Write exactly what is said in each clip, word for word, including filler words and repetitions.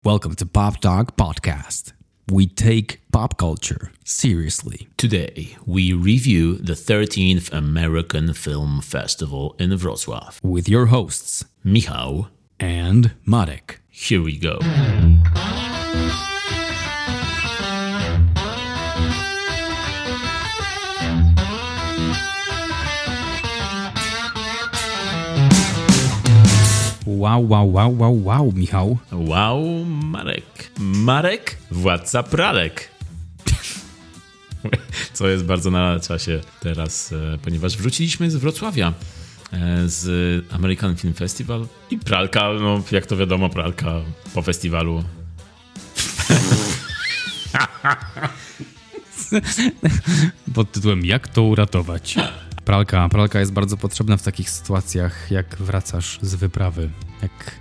Welcome to Pop Talk Podcast. We take pop culture seriously. Today, we review the thirteenth American Film Festival in Wrocław. With your hosts, Michał and Marek. Here we go. Wow, wow, wow, wow, wow, Michał. Wow, Marek. Marek, władca pralek. Co jest bardzo na czasie teraz, ponieważ wróciliśmy z Wrocławia, z American Film Festival i pralka, no jak to wiadomo, pralka po festiwalu. Pod tytułem Jak to uratować? Pralka. Pralka jest bardzo potrzebna w takich sytuacjach, jak wracasz z wyprawy. Jak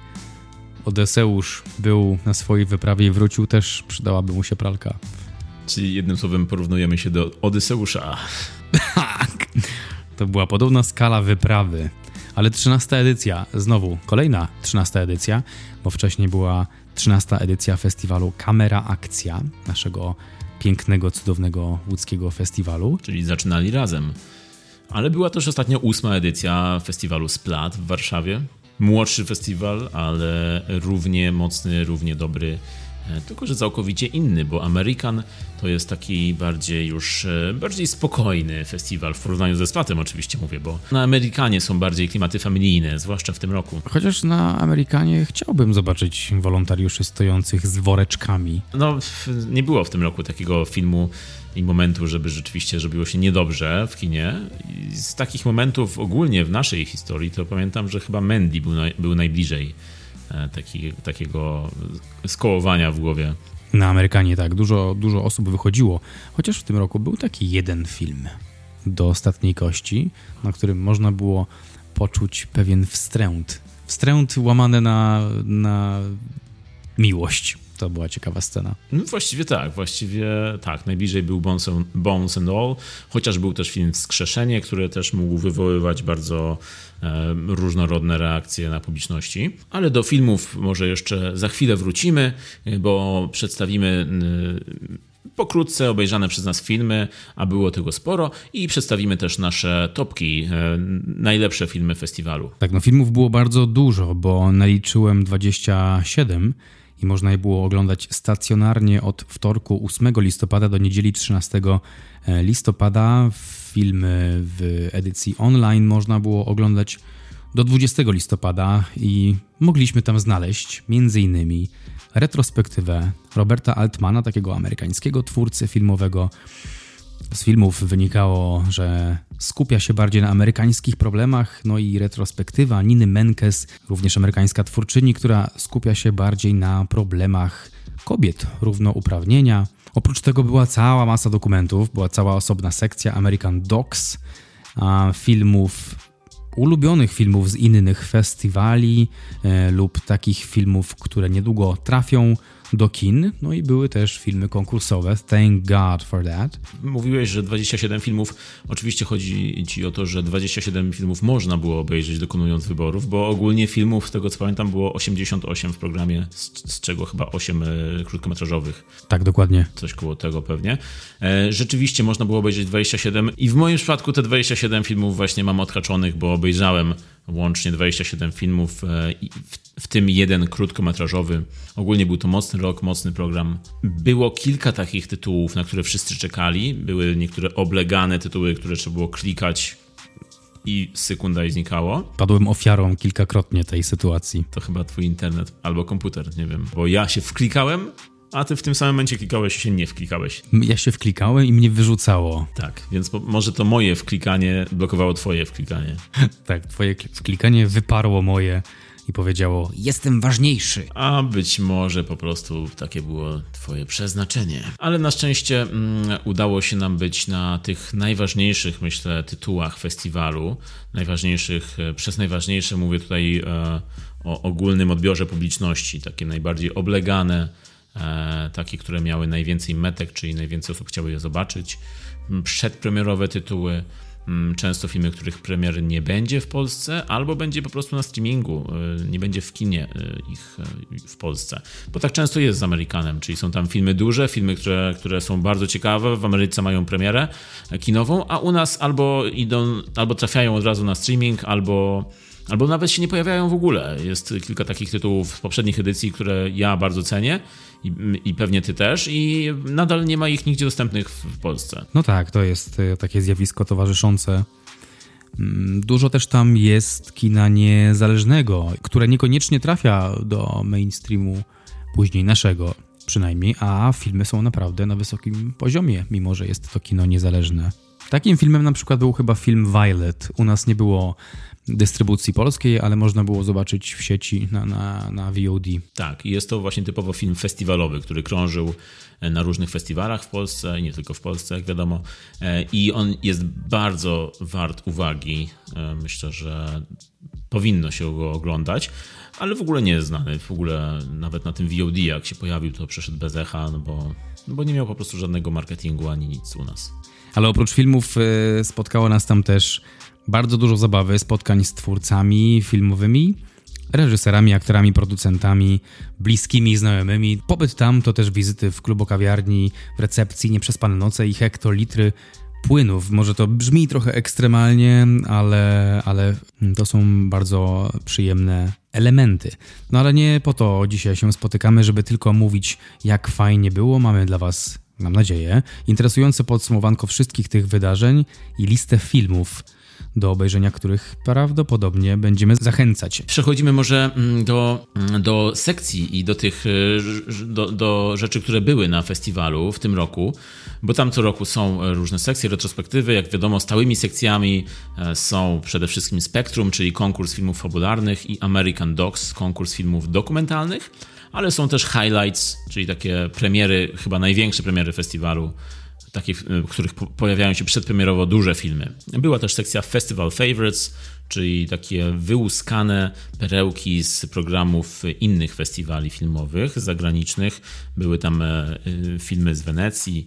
Odyseusz był na swojej wyprawie i wrócił, też przydałaby mu się pralka. Czyli jednym słowem porównujemy się do Odyseusza. Tak. To była podobna skala wyprawy. Ale trzynasta edycja, znowu kolejna trzynasta edycja, bo wcześniej była trzynasta edycja festiwalu Kamera Akcja, naszego pięknego, cudownego łódzkiego festiwalu. Czyli zaczynali razem. Ale była też ostatnio ósma edycja festiwalu Splat w Warszawie. Młodszy festiwal, ale równie mocny, równie dobry, tylko że całkowicie inny, bo American to jest taki bardziej już, bardziej spokojny festiwal w porównaniu ze Splatem oczywiście mówię, bo na Amerykanie są bardziej klimaty familijne, zwłaszcza w tym roku. Chociaż na Amerykanie chciałbym zobaczyć wolontariuszy stojących z woreczkami. No, nie było w tym roku takiego filmu i momentu, żeby rzeczywiście zrobiło się niedobrze w kinie. I z takich momentów ogólnie w naszej historii to pamiętam, że chyba Mandy był, naj, był najbliżej taki, takiego skołowania w głowie. Na Amerykanie tak, dużo, dużo osób wychodziło, chociaż w tym roku był taki jeden film do ostatniej kości, na którym można było poczuć pewien wstręt. Wstręt łamany na, na miłość. To była ciekawa scena. No właściwie tak, właściwie tak. Najbliżej był Bones and, Bones and All, chociaż był też film Wskrzeszenie, który też mógł wywoływać bardzo e, różnorodne reakcje na publiczności. Ale do filmów może jeszcze za chwilę wrócimy, bo przedstawimy e, pokrótce obejrzane przez nas filmy, a było tego sporo, i przedstawimy też nasze topki, e, najlepsze filmy festiwalu. Tak, no filmów było bardzo dużo, bo naliczyłem dwadzieścia siedem i można je było oglądać stacjonarnie od wtorku ósmego listopada do niedzieli trzynastego listopada. Filmy w edycji online można było oglądać do dwudziestego listopada i mogliśmy tam znaleźć między innymi retrospektywę Roberta Altmana, takiego amerykańskiego twórcy filmowego. Z filmów wynikało, że skupia się bardziej na amerykańskich problemach, no i retrospektywa Niny Menkes, również amerykańska twórczyni, która skupia się bardziej na problemach kobiet, równouprawnienia. Oprócz tego była cała masa dokumentów, była cała osobna sekcja American Docs, a filmów, ulubionych filmów z innych festiwali e, lub takich filmów, które niedługo trafią do kin, no i były też filmy konkursowe. Thank God for that. Mówiłeś, że dwadzieścia siedem filmów. Oczywiście chodzi ci o to, że dwadzieścia siedem filmów można było obejrzeć dokonując wyborów, bo ogólnie filmów, z tego co pamiętam, było osiemdziesiąt osiem w programie, z, z czego chyba osiem e, krótkometrażowych. Tak, dokładnie. Coś koło tego pewnie. E, rzeczywiście można było obejrzeć dwadzieścia siedem i w moim przypadku te dwadzieścia siedem filmów właśnie mam odhaczonych, bo obejrzałem łącznie dwadzieścia siedem filmów, e, w, w tym jeden krótkometrażowy. Ogólnie był to mocny rok, mocny program. Było kilka takich tytułów, na które wszyscy czekali. Były niektóre oblegane tytuły, które trzeba było klikać i sekunda i znikało. Padłem ofiarą kilkakrotnie tej sytuacji. To chyba twój internet albo komputer, nie wiem. Bo ja się wklikałem, a ty w tym samym momencie klikałeś i się nie wklikałeś. Ja się wklikałem i mnie wyrzucało. Tak, więc po, może to moje wklikanie blokowało twoje wklikanie. Tak, twoje wklikanie wyparło moje i powiedziało: jestem ważniejszy. A być może po prostu takie było twoje przeznaczenie. Ale na szczęście mm, udało się nam być na tych najważniejszych, myślę, tytułach festiwalu. Najważniejszych, przez najważniejsze mówię tutaj e, o ogólnym odbiorze publiczności. Takie najbardziej oblegane, e, takie, które miały najwięcej metek, czyli najwięcej osób chciały je zobaczyć. Przedpremierowe tytuły, Często filmy, których premier nie będzie w Polsce, albo będzie po prostu na streamingu, nie będzie w kinie ich w Polsce. Bo tak często jest z Amerykanem, czyli są tam filmy duże, filmy, które, które są bardzo ciekawe, w Ameryce mają premierę kinową, a u nas albo idą, albo trafiają od razu na streaming, albo Albo nawet się nie pojawiają w ogóle. Jest kilka takich tytułów z poprzednich edycji, które ja bardzo cenię i, i pewnie ty też, i nadal nie ma ich nigdzie dostępnych w Polsce. No tak, to jest takie zjawisko towarzyszące. Dużo też tam jest kina niezależnego, które niekoniecznie trafia do mainstreamu, później naszego przynajmniej, a filmy są naprawdę na wysokim poziomie, mimo że jest to kino niezależne. Takim filmem na przykład był chyba film Violet. U nas nie było dystrybucji polskiej, ale można było zobaczyć w sieci na, na, na V O D. Tak, i jest to właśnie typowo film festiwalowy, który krążył na różnych festiwalach w Polsce i nie tylko w Polsce, jak wiadomo. I on jest bardzo wart uwagi. Myślę, że powinno się go oglądać, ale w ogóle nie jest znany. W ogóle nawet na tym V O D, jak się pojawił, to przeszedł bez echa, no bo, no bo nie miał po prostu żadnego marketingu ani nic u nas. Ale oprócz filmów spotkało nas tam też bardzo dużo zabawy, spotkań z twórcami filmowymi, reżyserami, aktorami, producentami, bliskimi, znajomymi. Pobyt tam to też wizyty w klubokawiarni, w recepcji, nieprzespane noce i hektolitry płynów. Może to brzmi trochę ekstremalnie, ale, ale to są bardzo przyjemne elementy. No ale nie po to dzisiaj się spotykamy, żeby tylko mówić, jak fajnie było. Mamy dla was, mam nadzieję, interesujące podsumowanko wszystkich tych wydarzeń i listę filmów, do obejrzenia których prawdopodobnie będziemy zachęcać. Przechodzimy może do, do sekcji i do tych do, do rzeczy, które były na festiwalu w tym roku, bo tam co roku są różne sekcje, retrospektywy. Jak wiadomo, stałymi sekcjami są przede wszystkim Spectrum, czyli konkurs filmów fabularnych, i American Docs, konkurs filmów dokumentalnych, ale są też Highlights, czyli takie premiery, chyba największe premiery festiwalu, takie, w których pojawiają się przedpremierowo duże filmy. Była też sekcja Festival Favorites, czyli takie wyłuskane perełki z programów innych festiwali filmowych, zagranicznych. Były tam filmy z Wenecji,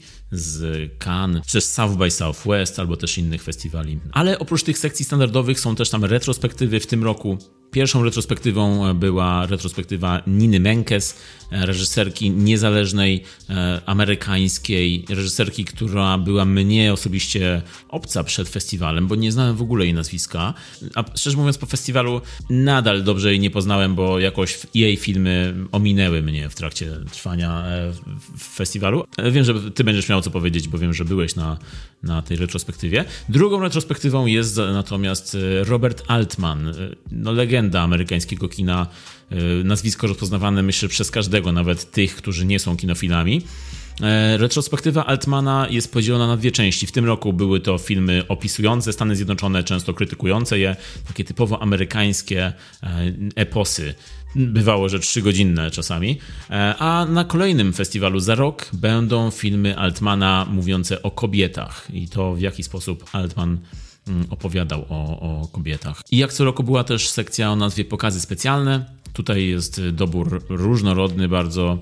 z Cannes, czy z South by Southwest, albo też innych festiwali. Ale oprócz tych sekcji standardowych są też tam retrospektywy w tym roku. Pierwszą retrospektywą była retrospektywa Niny Menkes, reżyserki niezależnej, e, amerykańskiej, reżyserki, która była mnie osobiście obca przed festiwalem, bo nie znałem w ogóle jej nazwiska. A szczerze mówiąc, po festiwalu nadal dobrze jej nie poznałem, bo jakoś jej filmy ominęły mnie w trakcie trwania w festiwalu. Wiem, że ty będziesz miał co powiedzieć, bo wiem, że byłeś na, na tej retrospektywie. Drugą retrospektywą jest natomiast Robert Altman, no legenda amerykańskiego kina, nazwisko rozpoznawane, myślę, przez każdego, nawet tych, którzy nie są kinofilami. Retrospektywa Altmana jest podzielona na dwie części. W tym roku były to filmy opisujące Stany Zjednoczone, często krytykujące je, takie typowo amerykańskie eposy. Bywało, że trzygodzinne czasami. A na kolejnym festiwalu za rok będą filmy Altmana mówiące o kobietach i to, w jaki sposób Altman opowiadał o, o kobietach. I jak co roku była też sekcja o nazwie Pokazy Specjalne. Tutaj jest dobór różnorodny bardzo.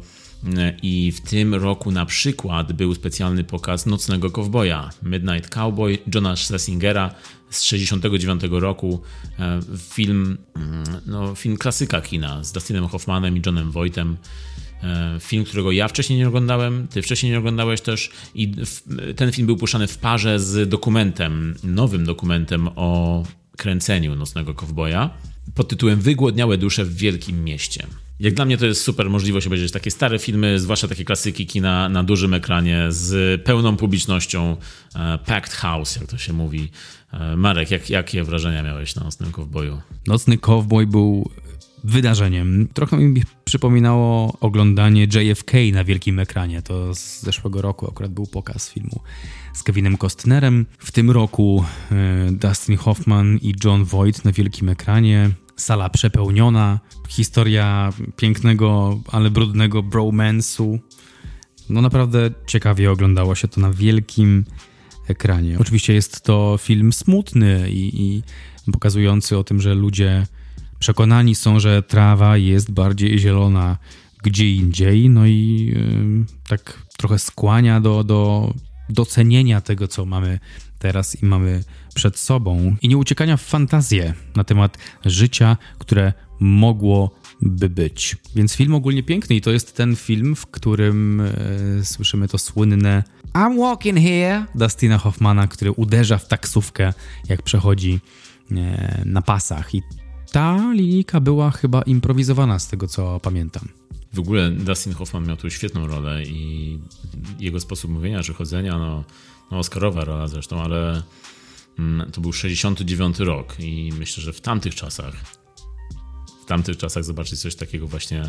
I w tym roku na przykład był specjalny pokaz Nocnego Kowboja, Midnight Cowboy, Johna Schlesingera z sześćdziesiątego dziewiątego roku. Film, no, film klasyka kina z Dustinem Hoffmanem i Johnem Voightem. Film, którego ja wcześniej nie oglądałem, ty wcześniej nie oglądałeś też, i ten film był puszczany w parze z dokumentem, nowym dokumentem o kręceniu Nocnego Kowboja pod tytułem Wygłodniałe dusze w wielkim mieście. Jak dla mnie to jest super możliwość obejrzeć takie stare filmy, zwłaszcza takie klasyki kina na dużym ekranie z pełną publicznością, packed house, jak to się mówi. Marek, jak, jakie wrażenia miałeś na Nocnym Kowboju? Nocny Kowboj był wydarzeniem. Trochę mi przypominało oglądanie J F K na wielkim ekranie. To z zeszłego roku akurat był pokaz filmu z Kevinem Costnerem. W tym roku y, Dustin Hoffman i Jon Voight na wielkim ekranie. Sala przepełniona. Historia pięknego, ale brudnego bromance'u. No naprawdę ciekawie oglądało się to na wielkim ekranie. Oczywiście jest to film smutny i, i pokazujący o tym, że ludzie przekonani są, że trawa jest bardziej zielona gdzie indziej, no i yy, tak trochę skłania do, do docenienia tego, co mamy teraz i mamy przed sobą i nie uciekania w fantazję na temat życia, które mogłoby być. Więc film ogólnie piękny i to jest ten film, w którym e, słyszymy to słynne I'm walking here Dustina Hoffmana, który uderza w taksówkę, jak przechodzi e, na pasach. I ta linijka była chyba improwizowana z tego, co pamiętam. W ogóle Dustin Hoffman miał tu świetną rolę i jego sposób mówienia czy chodzenia, no, no oscarowa rola zresztą, ale mm, to był sześćdziesiąty dziewiąty rok i myślę, że w tamtych czasach w tamtych czasach zobaczyć coś takiego właśnie,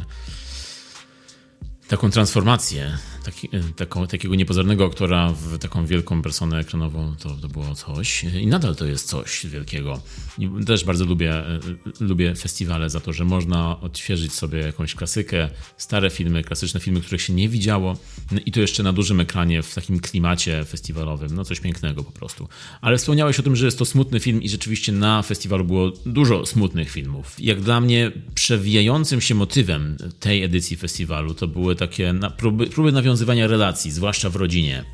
taką transformację, taki, taką, takiego niepozornego aktora w taką wielką personę ekranową, to, to było coś i nadal to jest coś wielkiego. I też bardzo lubię, lubię festiwale za to, że można odświeżyć sobie jakąś klasykę, stare filmy, klasyczne filmy, których się nie widziało i to jeszcze na dużym ekranie w takim klimacie festiwalowym, no coś pięknego po prostu. Ale wspomniałeś o tym, że jest to smutny film i rzeczywiście na festiwalu było dużo smutnych filmów. Jak dla mnie przewijającym się motywem tej edycji festiwalu to były takie na, próby, próby nawiązywania relacji, zwłaszcza w rodzinie.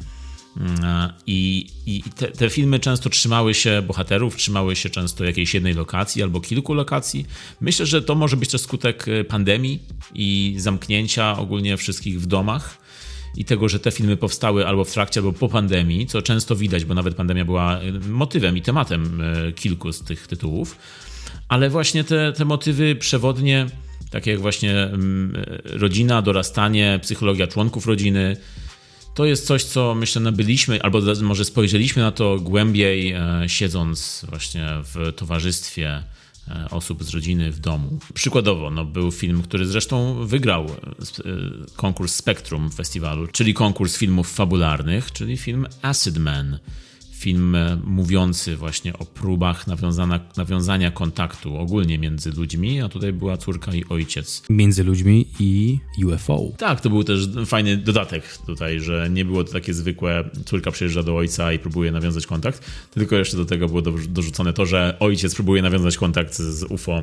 I, i te, te filmy często trzymały się bohaterów, trzymały się często jakiejś jednej lokacji albo kilku lokacji. Myślę, że to może być też skutek pandemii i zamknięcia ogólnie wszystkich w domach i tego, że te filmy powstały albo w trakcie, albo po pandemii, co często widać, bo nawet pandemia była motywem i tematem kilku z tych tytułów. Ale właśnie te, te motywy przewodnie, takie jak właśnie rodzina, dorastanie, psychologia członków rodziny, to jest coś, co myślę nabyliśmy, albo może spojrzeliśmy na to głębiej, siedząc właśnie w towarzystwie osób z rodziny w domu. Przykładowo, no, był film, który zresztą wygrał konkurs Spectrum Festiwalu, czyli konkurs filmów fabularnych, czyli film Acid Man. Film mówiący właśnie o próbach nawiązania, nawiązania kontaktu ogólnie między ludźmi, a tutaj była córka i ojciec. Między ludźmi i U F O. Tak, to był też fajny dodatek tutaj, że nie było to takie zwykłe, córka przyjeżdża do ojca i próbuje nawiązać kontakt, tylko jeszcze do tego było dorzucone to, że ojciec próbuje nawiązać kontakt z U F O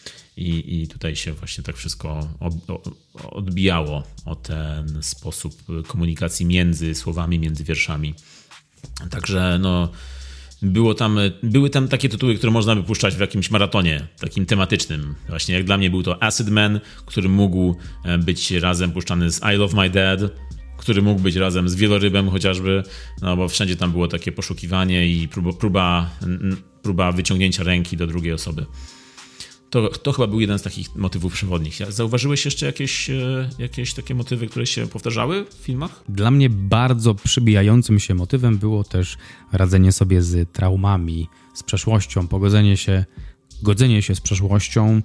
i, i tutaj się właśnie tak wszystko odbijało o ten sposób komunikacji między słowami, między wierszami. Także no, było tam, były tam takie tytuły, które można by puszczać w jakimś maratonie takim tematycznym. Właśnie jak dla mnie był to Acid Man, który mógł być razem puszczany z I Love My Dad, który mógł być razem z Wielorybem chociażby, no bo wszędzie tam było takie poszukiwanie i próba, próba, próba wyciągnięcia ręki do drugiej osoby. To, to chyba był jeden z takich motywów przewodnich. Zauważyłeś jeszcze jakieś, jakieś takie motywy, które się powtarzały w filmach? Dla mnie bardzo przybijającym się motywem było też radzenie sobie z traumami, z przeszłością, pogodzenie się, godzenie się z przeszłością,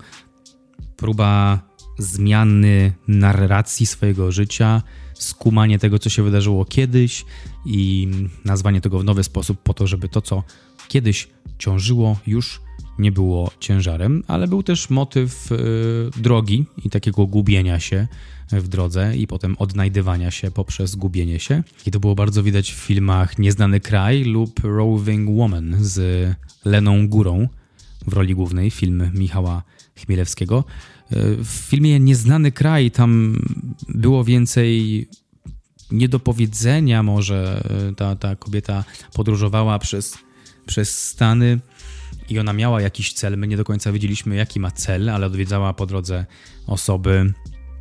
próba zmiany narracji swojego życia, skumanie tego, co się wydarzyło kiedyś i nazwanie tego w nowy sposób po to, żeby to, co kiedyś ciążyło, już nie było ciężarem, ale był też motyw y, drogi i takiego gubienia się w drodze i potem odnajdywania się poprzez gubienie się. I to było bardzo widać w filmach Nieznany kraj lub Roving Woman z Leną Górą w roli głównej, film Michała Chmielewskiego. W filmie Nieznany kraj tam było więcej niedopowiedzenia może. Ta, ta kobieta podróżowała przez, przez Stany i ona miała jakiś cel. My nie do końca wiedzieliśmy, jaki ma cel, ale odwiedzała po drodze osoby,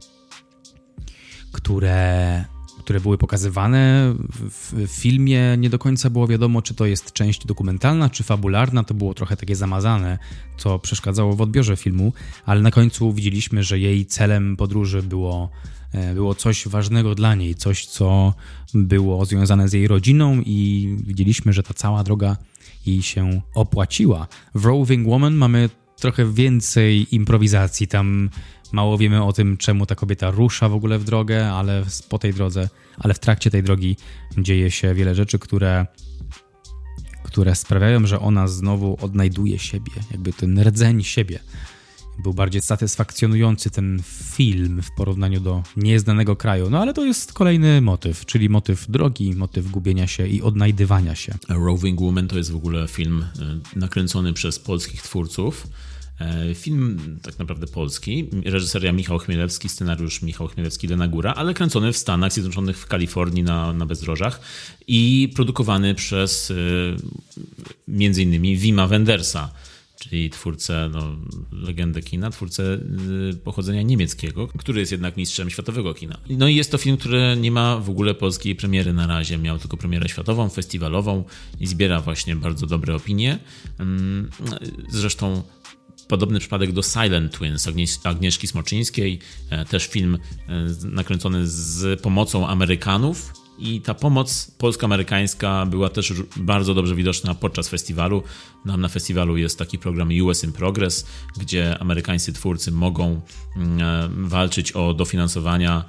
które, które były pokazywane w, w filmie. Nie do końca było wiadomo, czy to jest część dokumentalna, czy fabularna. To było trochę takie zamazane, co przeszkadzało w odbiorze filmu, ale na końcu widzieliśmy, że jej celem podróży było, było coś ważnego dla niej, coś, co było związane z jej rodziną i widzieliśmy, że ta cała droga jej się opłaciła. W Roving Woman mamy trochę więcej improwizacji. Tam mało wiemy o tym, czemu ta kobieta rusza w ogóle w drogę, ale po tej drodze, ale w trakcie tej drogi dzieje się wiele rzeczy, które, które sprawiają, że ona znowu odnajduje siebie, jakby ten rdzeń siebie. Był bardziej satysfakcjonujący ten film w porównaniu do Nieznanego kraju. No ale to jest kolejny motyw, czyli motyw drogi, motyw gubienia się i odnajdywania się. Roving Woman to jest w ogóle film nakręcony przez polskich twórców Film tak naprawdę polski, reżyseria Michał Chmielewski, scenariusz Michał Chmielewski, Lena Góra, ale kręcony w Stanach Zjednoczonych, w Kalifornii na, na bezdrożach i produkowany przez między innymi Wima Wendersa, czyli twórcę, no, legendę kina, twórcę y, pochodzenia niemieckiego, który jest jednak mistrzem światowego kina. No i jest to film, który nie ma w ogóle polskiej premiery na razie, miał tylko premierę światową, festiwalową i zbiera właśnie bardzo dobre opinie. Ym, zresztą podobny przypadek do Silent Twins Agnieszki Smoczyńskiej, e, też film e, nakręcony z pomocą Amerykanów. I ta pomoc polsko-amerykańska była też bardzo dobrze widoczna podczas festiwalu. Nam na festiwalu jest taki program U S in Progress, gdzie amerykańscy twórcy mogą walczyć o dofinansowania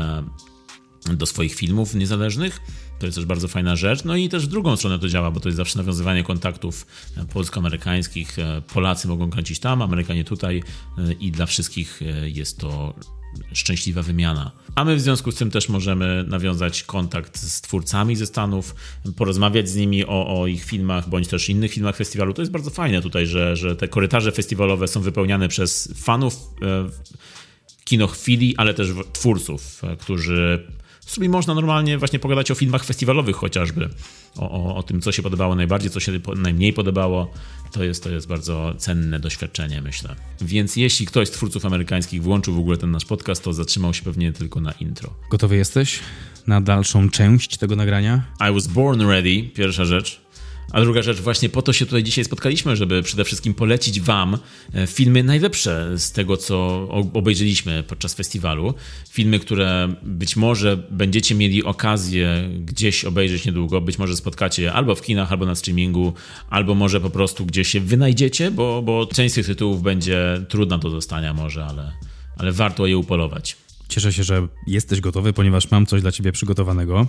do swoich filmów niezależnych. To jest też bardzo fajna rzecz. No i też w drugą stronę to działa, bo to jest zawsze nawiązywanie kontaktów polsko-amerykańskich. Polacy mogą kręcić tam, Amerykanie tutaj i dla wszystkich jest to szczęśliwa wymiana. A my w związku z tym też możemy nawiązać kontakt z twórcami ze Stanów, porozmawiać z nimi o, o ich filmach, bądź też innych filmach festiwalu. To jest bardzo fajne tutaj, że, że te korytarze festiwalowe są wypełniane przez fanów e, kinochwili, ale też twórców, e, którzy sobie można normalnie właśnie pogadać o filmach festiwalowych chociażby, o, o, o tym, co się podobało najbardziej, co się najmniej podobało. To jest, to jest bardzo cenne doświadczenie, myślę. Więc jeśli ktoś z twórców amerykańskich włączył w ogóle ten nasz podcast, to zatrzymał się pewnie tylko na intro. Gotowy jesteś na dalszą część tego nagrania? I was born ready, pierwsza rzecz. A druga rzecz, właśnie po to się tutaj dzisiaj spotkaliśmy, żeby przede wszystkim polecić wam filmy najlepsze z tego, co obejrzeliśmy podczas festiwalu. Filmy, które być może będziecie mieli okazję gdzieś obejrzeć niedługo, być może spotkacie je albo w kinach, albo na streamingu, albo może po prostu gdzieś się wynajdziecie, bo, bo część z tych tytułów będzie trudna do dostania może, ale, ale warto je upolować. Cieszę się, że jesteś gotowy, ponieważ mam coś dla ciebie przygotowanego.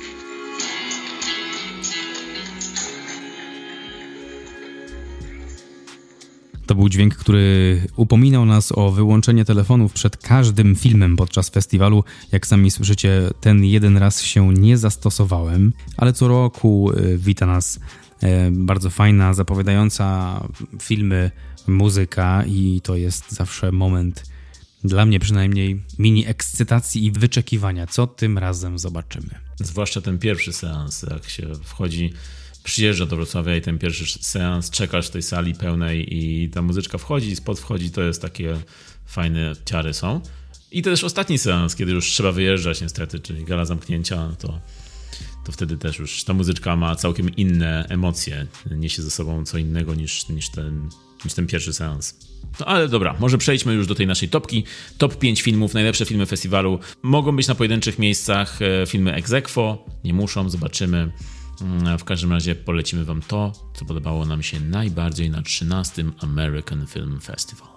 To był dźwięk, który upominał nas o wyłączenie telefonów przed każdym filmem podczas festiwalu. Jak sami słyszycie, ten jeden raz się nie zastosowałem, ale co roku wita nas bardzo fajna, zapowiadająca filmy muzyka i to jest zawsze moment, dla mnie przynajmniej, mini ekscytacji i wyczekiwania. Co tym razem zobaczymy? Zwłaszcza ten pierwszy seans, jak się wchodzi... Przyjeżdża do Wrocławia i ten pierwszy seans, czekasz w tej sali pełnej i ta muzyczka wchodzi, spod wchodzi, to jest takie fajne ciary są. I to też ostatni seans, kiedy już trzeba wyjeżdżać niestety, czyli gala zamknięcia, to, to wtedy też już ta muzyczka ma całkiem inne emocje, niesie ze sobą co innego niż, niż, ten, niż ten pierwszy seans. No ale dobra, może przejdźmy już do tej naszej topki. Top pięć filmów, najlepsze filmy festiwalu. Mogą być na pojedynczych miejscach filmy ex aequo, nie muszą, zobaczymy. W każdym razie polecimy wam to, co podobało nam się najbardziej na trzynastym American Film Festival.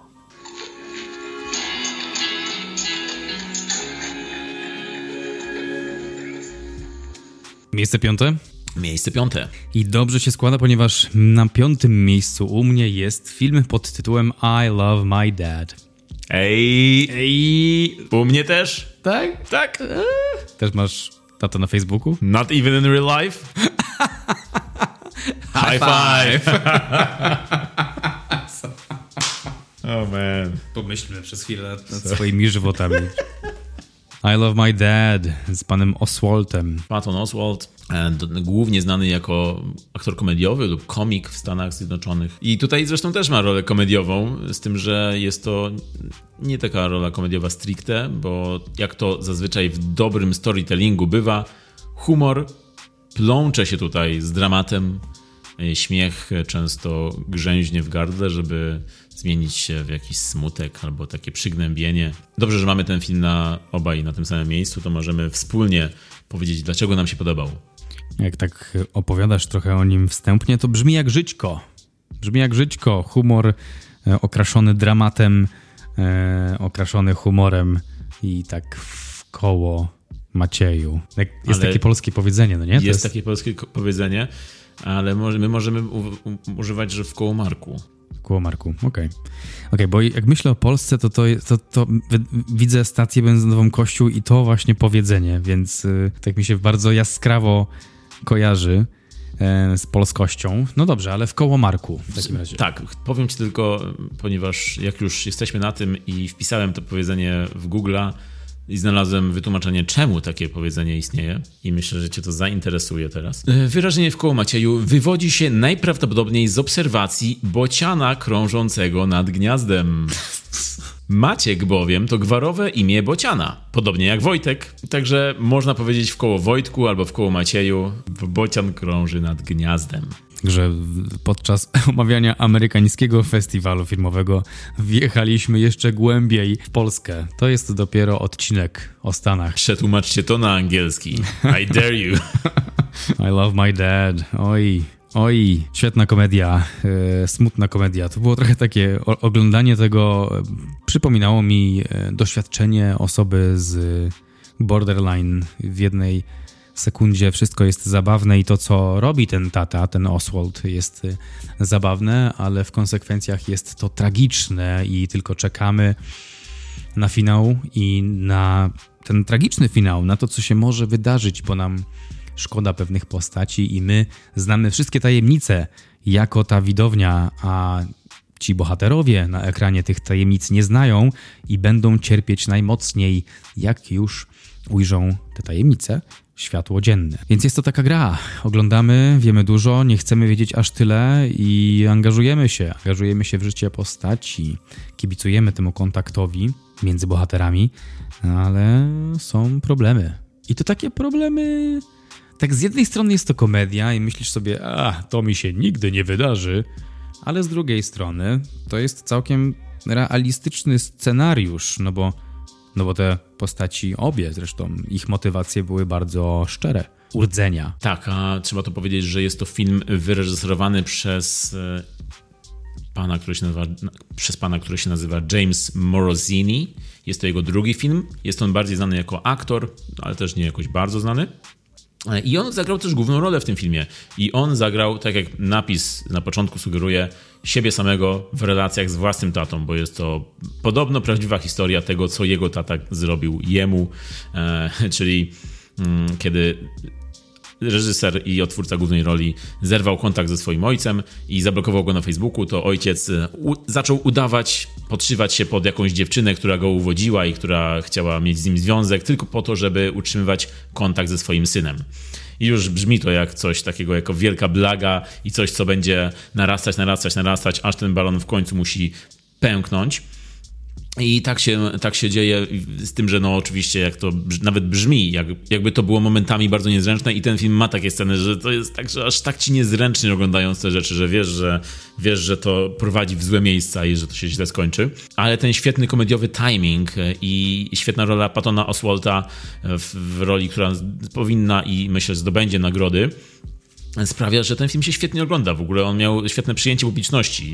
Miejsce piąte? Miejsce piąte. I dobrze się składa, ponieważ na piątym miejscu u mnie jest film pod tytułem I Love My Dad. Ej, ej, u mnie też? Tak? Tak. Też masz tatę na Facebooku? Not even in real life? High five! Oh man. Pomyślmy przez chwilę nad swoimi żywotami. I Love My Dad z panem Oswaldem. Patton Oswalt, głównie znany jako aktor komediowy lub komik w Stanach Zjednoczonych. I tutaj zresztą też ma rolę komediową, z tym, że jest to nie taka rola komediowa stricte, bo jak to zazwyczaj w dobrym storytellingu bywa, humor plącze się tutaj z dramatem, śmiech często grzęźnie w gardle, żeby zmienić się w jakiś smutek albo takie przygnębienie. Dobrze, że mamy ten film na obaj na tym samym miejscu, to możemy wspólnie powiedzieć, dlaczego nam się podobał. Jak tak opowiadasz trochę o nim wstępnie, to brzmi jak żyćko. Brzmi jak żyćko. Humor e, okraszony dramatem, e, okraszony humorem i tak w koło Macieju. Jest ale takie polskie powiedzenie, no nie? Jest, jest takie polskie powiedzenie, ale my możemy u, u, używać, że w koło Marku. Koło Marku, okej. Okay. okay, bo jak myślę o Polsce, to, to, to, to widzę stację benzynową Kościół i to właśnie powiedzenie, więc y, tak mi się bardzo jaskrawo kojarzy. z polskością. No dobrze, ale w kołomarku w takim razie. Tak, powiem ci tylko, ponieważ jak już jesteśmy na tym i wpisałem to powiedzenie w Google'a i znalazłem wytłumaczenie, czemu takie powiedzenie istnieje i myślę, że cię to zainteresuje teraz. Wyrażenie w koło Macieju wywodzi się najprawdopodobniej z obserwacji bociana krążącego nad gniazdem. Maciek bowiem to gwarowe imię bociana, podobnie jak Wojtek. Także można powiedzieć w koło Wojtku albo w koło Macieju, bocian krąży nad gniazdem. Także podczas omawiania amerykańskiego festiwalu filmowego wjechaliśmy jeszcze głębiej w Polskę. To jest dopiero odcinek o Stanach. Przetłumaczcie to na angielski. I dare you. I love my dad. Oj. Oj, świetna komedia, e, smutna komedia. To było trochę takie, o, oglądanie tego e, przypominało mi e, doświadczenie osoby z Borderline. W jednej sekundzie wszystko jest zabawne i to, co robi ten tata, ten Oswald, jest e, zabawne, ale w konsekwencjach jest to tragiczne i tylko czekamy na finał i na ten tragiczny finał, na to, co się może wydarzyć, bo nam szkoda pewnych postaci i my znamy wszystkie tajemnice jako ta widownia, a ci bohaterowie na ekranie tych tajemnic nie znają i będą cierpieć najmocniej, jak już ujrzą te tajemnice światło dzienne. Więc jest to taka gra. Oglądamy, wiemy dużo, nie chcemy wiedzieć aż tyle i angażujemy się. Angażujemy się w życie postaci, kibicujemy temu kontaktowi między bohaterami, ale są problemy. I to takie problemy... Tak z jednej strony jest to komedia i myślisz sobie, a to mi się nigdy nie wydarzy, ale z drugiej strony to jest całkiem realistyczny scenariusz, no bo, no bo te postaci, obie zresztą, ich motywacje były bardzo szczere. Urdzenia. Tak, a trzeba to powiedzieć, że jest to film wyreżyserowany przez pana, który się nazywa, przez pana, który się nazywa James Morosini. Jest to jego drugi film. Jest on bardziej znany jako aktor, ale też nie jakoś bardzo znany. I on zagrał też główną rolę w tym filmie. I on zagrał, tak jak napis na początku sugeruje, siebie samego w relacjach z własnym tatą, bo jest to podobno prawdziwa historia tego, co jego tata zrobił jemu, e, czyli mm, kiedy reżyser i odtwórca głównej roli zerwał kontakt ze swoim ojcem i zablokował go na Facebooku, to ojciec u- zaczął udawać, podszywać się pod jakąś dziewczynę, która go uwodziła i która chciała mieć z nim związek, tylko po to, żeby utrzymywać kontakt ze swoim synem. I już brzmi to jak coś takiego, jako wielka blaga i coś, co będzie narastać, narastać, narastać, aż ten balon w końcu musi pęknąć. I tak się, tak się dzieje z tym, że no oczywiście jak to nawet brzmi, jak, jakby to było momentami bardzo niezręczne i ten film ma takie sceny, że to jest tak, że aż tak ci niezręcznie oglądając te rzeczy, że wiesz, że wiesz, że to prowadzi w złe miejsca i że to się źle skończy. Ale ten świetny komediowy timing i świetna rola Pattona Oswalta w, w roli, która powinna i myślę zdobędzie nagrody, sprawia, że ten film się świetnie ogląda. W ogóle on miał świetne przyjęcie publiczności.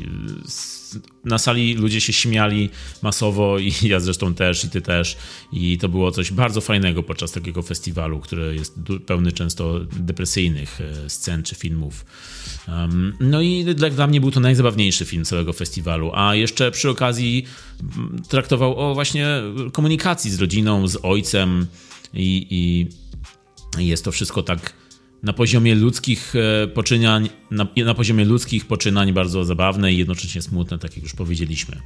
Na sali ludzie się śmiali masowo i ja zresztą też i ty też. I to było coś bardzo fajnego podczas takiego festiwalu, który jest pełny często depresyjnych scen czy filmów. Um, no i dla, dla mnie był to najzabawniejszy film całego festiwalu. A jeszcze przy okazji traktował o właśnie komunikacji z rodziną, z ojcem i, i jest to wszystko tak na poziomie ludzkich poczynań, na, na poziomie ludzkich poczynań bardzo zabawne i jednocześnie smutne, tak jak już powiedzieliśmy.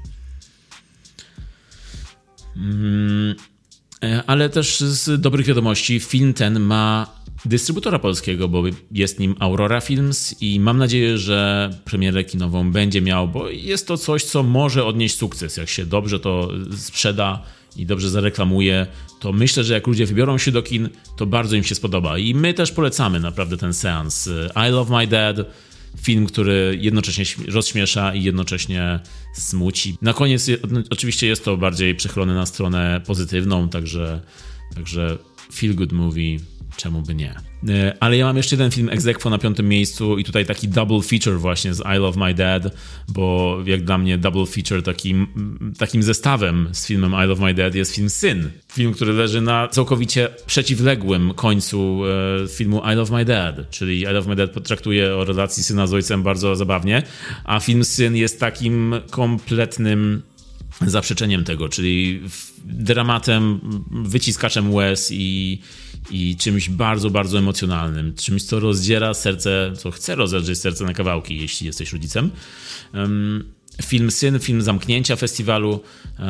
Mm, ale też z dobrych wiadomości film ten ma dystrybutora polskiego, bo jest nim Aurora Films i mam nadzieję, że premierę kinową będzie miał, bo jest to coś, co może odnieść sukces. Jak się dobrze to sprzeda i dobrze zareklamuje, to myślę, że jak ludzie wybiorą się do kin, to bardzo im się spodoba. I my też polecamy naprawdę ten seans. I Love My Dad, film, który jednocześnie rozśmiesza i jednocześnie smuci. Na koniec oczywiście jest to bardziej przechylone na stronę pozytywną, także, także feel good movie, czemu by nie. Ale ja mam jeszcze jeden film ex aequo na piątym miejscu i tutaj taki double feature właśnie z I Love My Dad, bo jak dla mnie double feature takim, takim zestawem z filmem I Love My Dad jest film Syn. Film, który leży na całkowicie przeciwległym końcu e, filmu I Love My Dad, czyli I Love My Dad potraktuje o relacji syna z ojcem bardzo zabawnie, a film Syn jest takim kompletnym zaprzeczeniem tego, czyli dramatem, wyciskaczem łez i, i czymś bardzo, bardzo emocjonalnym. Czymś, co rozdziera serce, co chce rozdziać serce na kawałki, jeśli jesteś rodzicem. Um, Film Syn, film zamknięcia festiwalu.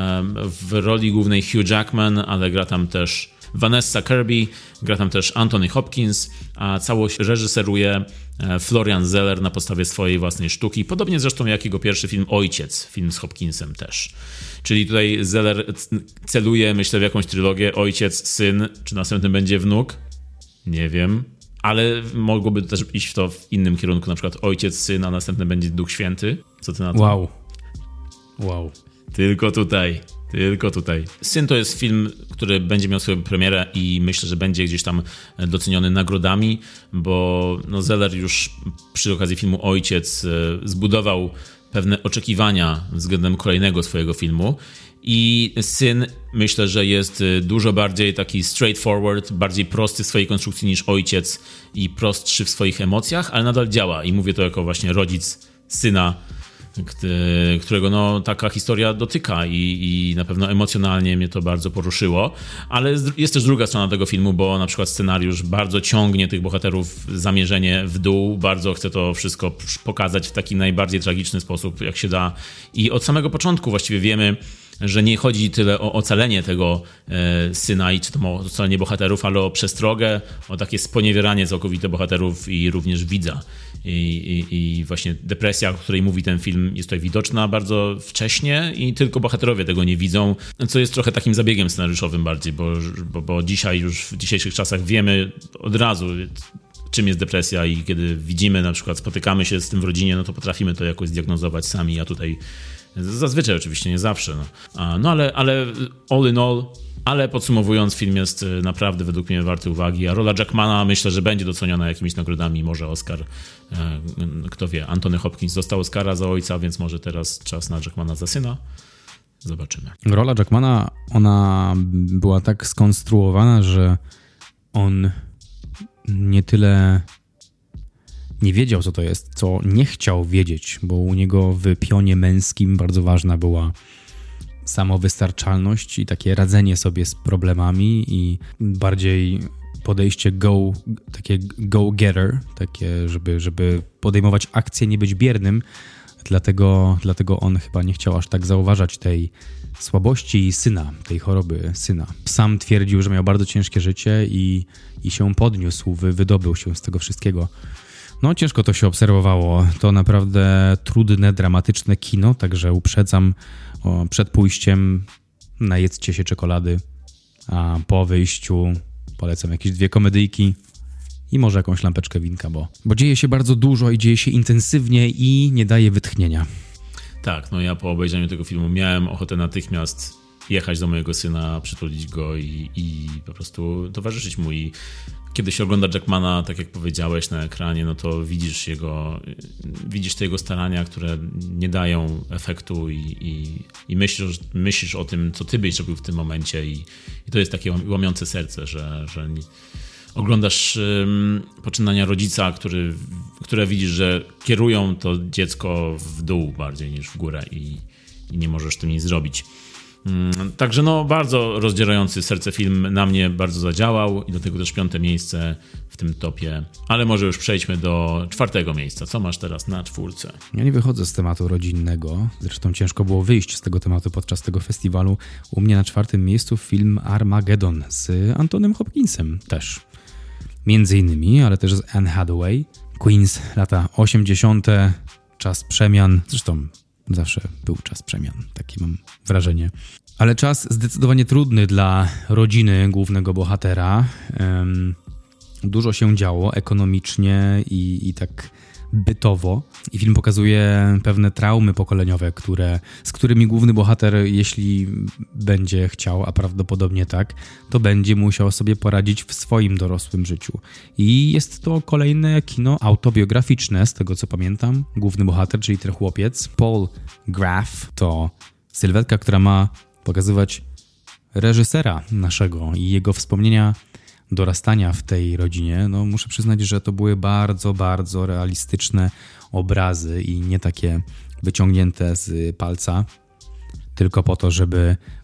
W roli głównej Hugh Jackman, ale gra tam też Vanessa Kirby, gra tam też Anthony Hopkins, a całość reżyseruje Florian Zeller na podstawie swojej własnej sztuki. Podobnie zresztą jak jego pierwszy film Ojciec, film z Hopkinsem też. Czyli tutaj Zeller celuje, myślę, w jakąś trylogię Ojciec, Syn, czy następnym będzie Wnuk? Nie wiem. Ale mogłoby też iść w to w innym kierunku, na przykład Ojciec, Syn, a następny będzie Duch Święty. Co ty na to? Wow. Wow. Tylko tutaj. Tylko tutaj. Syn to jest film, który będzie miał swoją premierę i myślę, że będzie gdzieś tam doceniony nagrodami, bo no Zeller już przy okazji filmu Ojciec zbudował pewne oczekiwania względem kolejnego swojego filmu. I Syn myślę, że jest dużo bardziej taki straightforward, bardziej prosty w swojej konstrukcji niż Ojciec i prostszy w swoich emocjach, ale nadal działa. I mówię to jako właśnie rodzic syna, którego no, taka historia dotyka i, i na pewno emocjonalnie mnie to bardzo poruszyło. Ale jest też druga strona tego filmu, bo na przykład scenariusz bardzo ciągnie tych bohaterów zamierzenie w dół, bardzo chce to wszystko pokazać w taki najbardziej tragiczny sposób, jak się da. I od samego początku właściwie wiemy, że nie chodzi tyle o ocalenie tego e, syna i czy to o ocalenie bohaterów, ale o przestrogę, o takie sponiewieranie całkowite bohaterów i również widza. I, i, I właśnie depresja, o której mówi ten film, jest tutaj widoczna bardzo wcześnie i tylko bohaterowie tego nie widzą, co jest trochę takim zabiegiem scenariuszowym bardziej, bo, bo, bo dzisiaj już w dzisiejszych czasach wiemy od razu, czym jest depresja i kiedy widzimy, na przykład spotykamy się z tym w rodzinie, no to potrafimy to jakoś zdiagnozować sami, a tutaj zazwyczaj oczywiście, nie zawsze. No, a, no ale, ale all in all, ale podsumowując, film jest naprawdę według mnie warty uwagi, a rola Jackmana myślę, że będzie doceniona jakimiś nagrodami, może Oscar, kto wie, Anthony Hopkins dostał Oscara za Ojca, więc może teraz czas na Jackmana za Syna. Zobaczymy. Rola Jackmana, ona była tak skonstruowana, że on nie tyle nie wiedział, co to jest, co nie chciał wiedzieć, bo u niego w pionie męskim bardzo ważna była samowystarczalność i takie radzenie sobie z problemami i bardziej podejście go, takie go-getter, takie, żeby, żeby podejmować akcję, nie być biernym. Dlatego, dlatego on chyba nie chciał aż tak zauważać tej słabości syna, tej choroby syna. Sam twierdził, że miał bardzo ciężkie życie i, i się podniósł, wy, wydobył się z tego wszystkiego. No ciężko to się obserwowało. To naprawdę trudne, dramatyczne kino, także uprzedzam, o, przed pójściem najedzcie się czekolady, a po wyjściu polecam jakieś dwie komedyjki i może jakąś lampeczkę winka, bo, bo dzieje się bardzo dużo i dzieje się intensywnie i nie daje wytchnienia. Tak, no ja po obejrzeniu tego filmu miałem ochotę natychmiast jechać do mojego syna, przytulić go i, i po prostu towarzyszyć mu. I kiedy się ogląda Jackmana, tak jak powiedziałeś na ekranie, no to widzisz jego, widzisz te jego starania, które nie dają efektu i, i, i myślisz, myślisz o tym, co ty byś zrobił w tym momencie i, i to jest takie łamiące serce, że, że nie, oglądasz um, poczynania rodzica, który, które widzisz, że kierują to dziecko w dół bardziej niż w górę i, i nie możesz tym nic zrobić. Także no bardzo rozdzierający serce film na mnie bardzo zadziałał i do tego też piąte miejsce w tym topie. Ale może już przejdźmy do czwartego miejsca. Co masz teraz na czwórce? Ja nie wychodzę z tematu rodzinnego. Zresztą ciężko było wyjść z tego tematu podczas tego festiwalu. U mnie na czwartym miejscu film Armageddon z Antonym Hopkinsem też. Między innymi, ale też z Anne Hathaway. Queens, lata osiemdziesiąte. Czas przemian. Zresztą zawsze był czas przemian, takie mam wrażenie. Ale czas zdecydowanie trudny dla rodziny głównego bohatera. Um, dużo się działo ekonomicznie i, i tak bytowo. I film pokazuje pewne traumy pokoleniowe, które, z którymi główny bohater, jeśli będzie chciał, a prawdopodobnie tak, to będzie musiał sobie poradzić w swoim dorosłym życiu. I jest to kolejne kino autobiograficzne, z tego co pamiętam. Główny bohater, czyli ten chłopiec, Paul Graff, to sylwetka, która ma pokazywać reżysera naszego i jego wspomnienia dorastania w tej rodzinie. No muszę przyznać, że to były bardzo, bardzo realistyczne obrazy i nie takie wyciągnięte z palca, tylko po to, żeby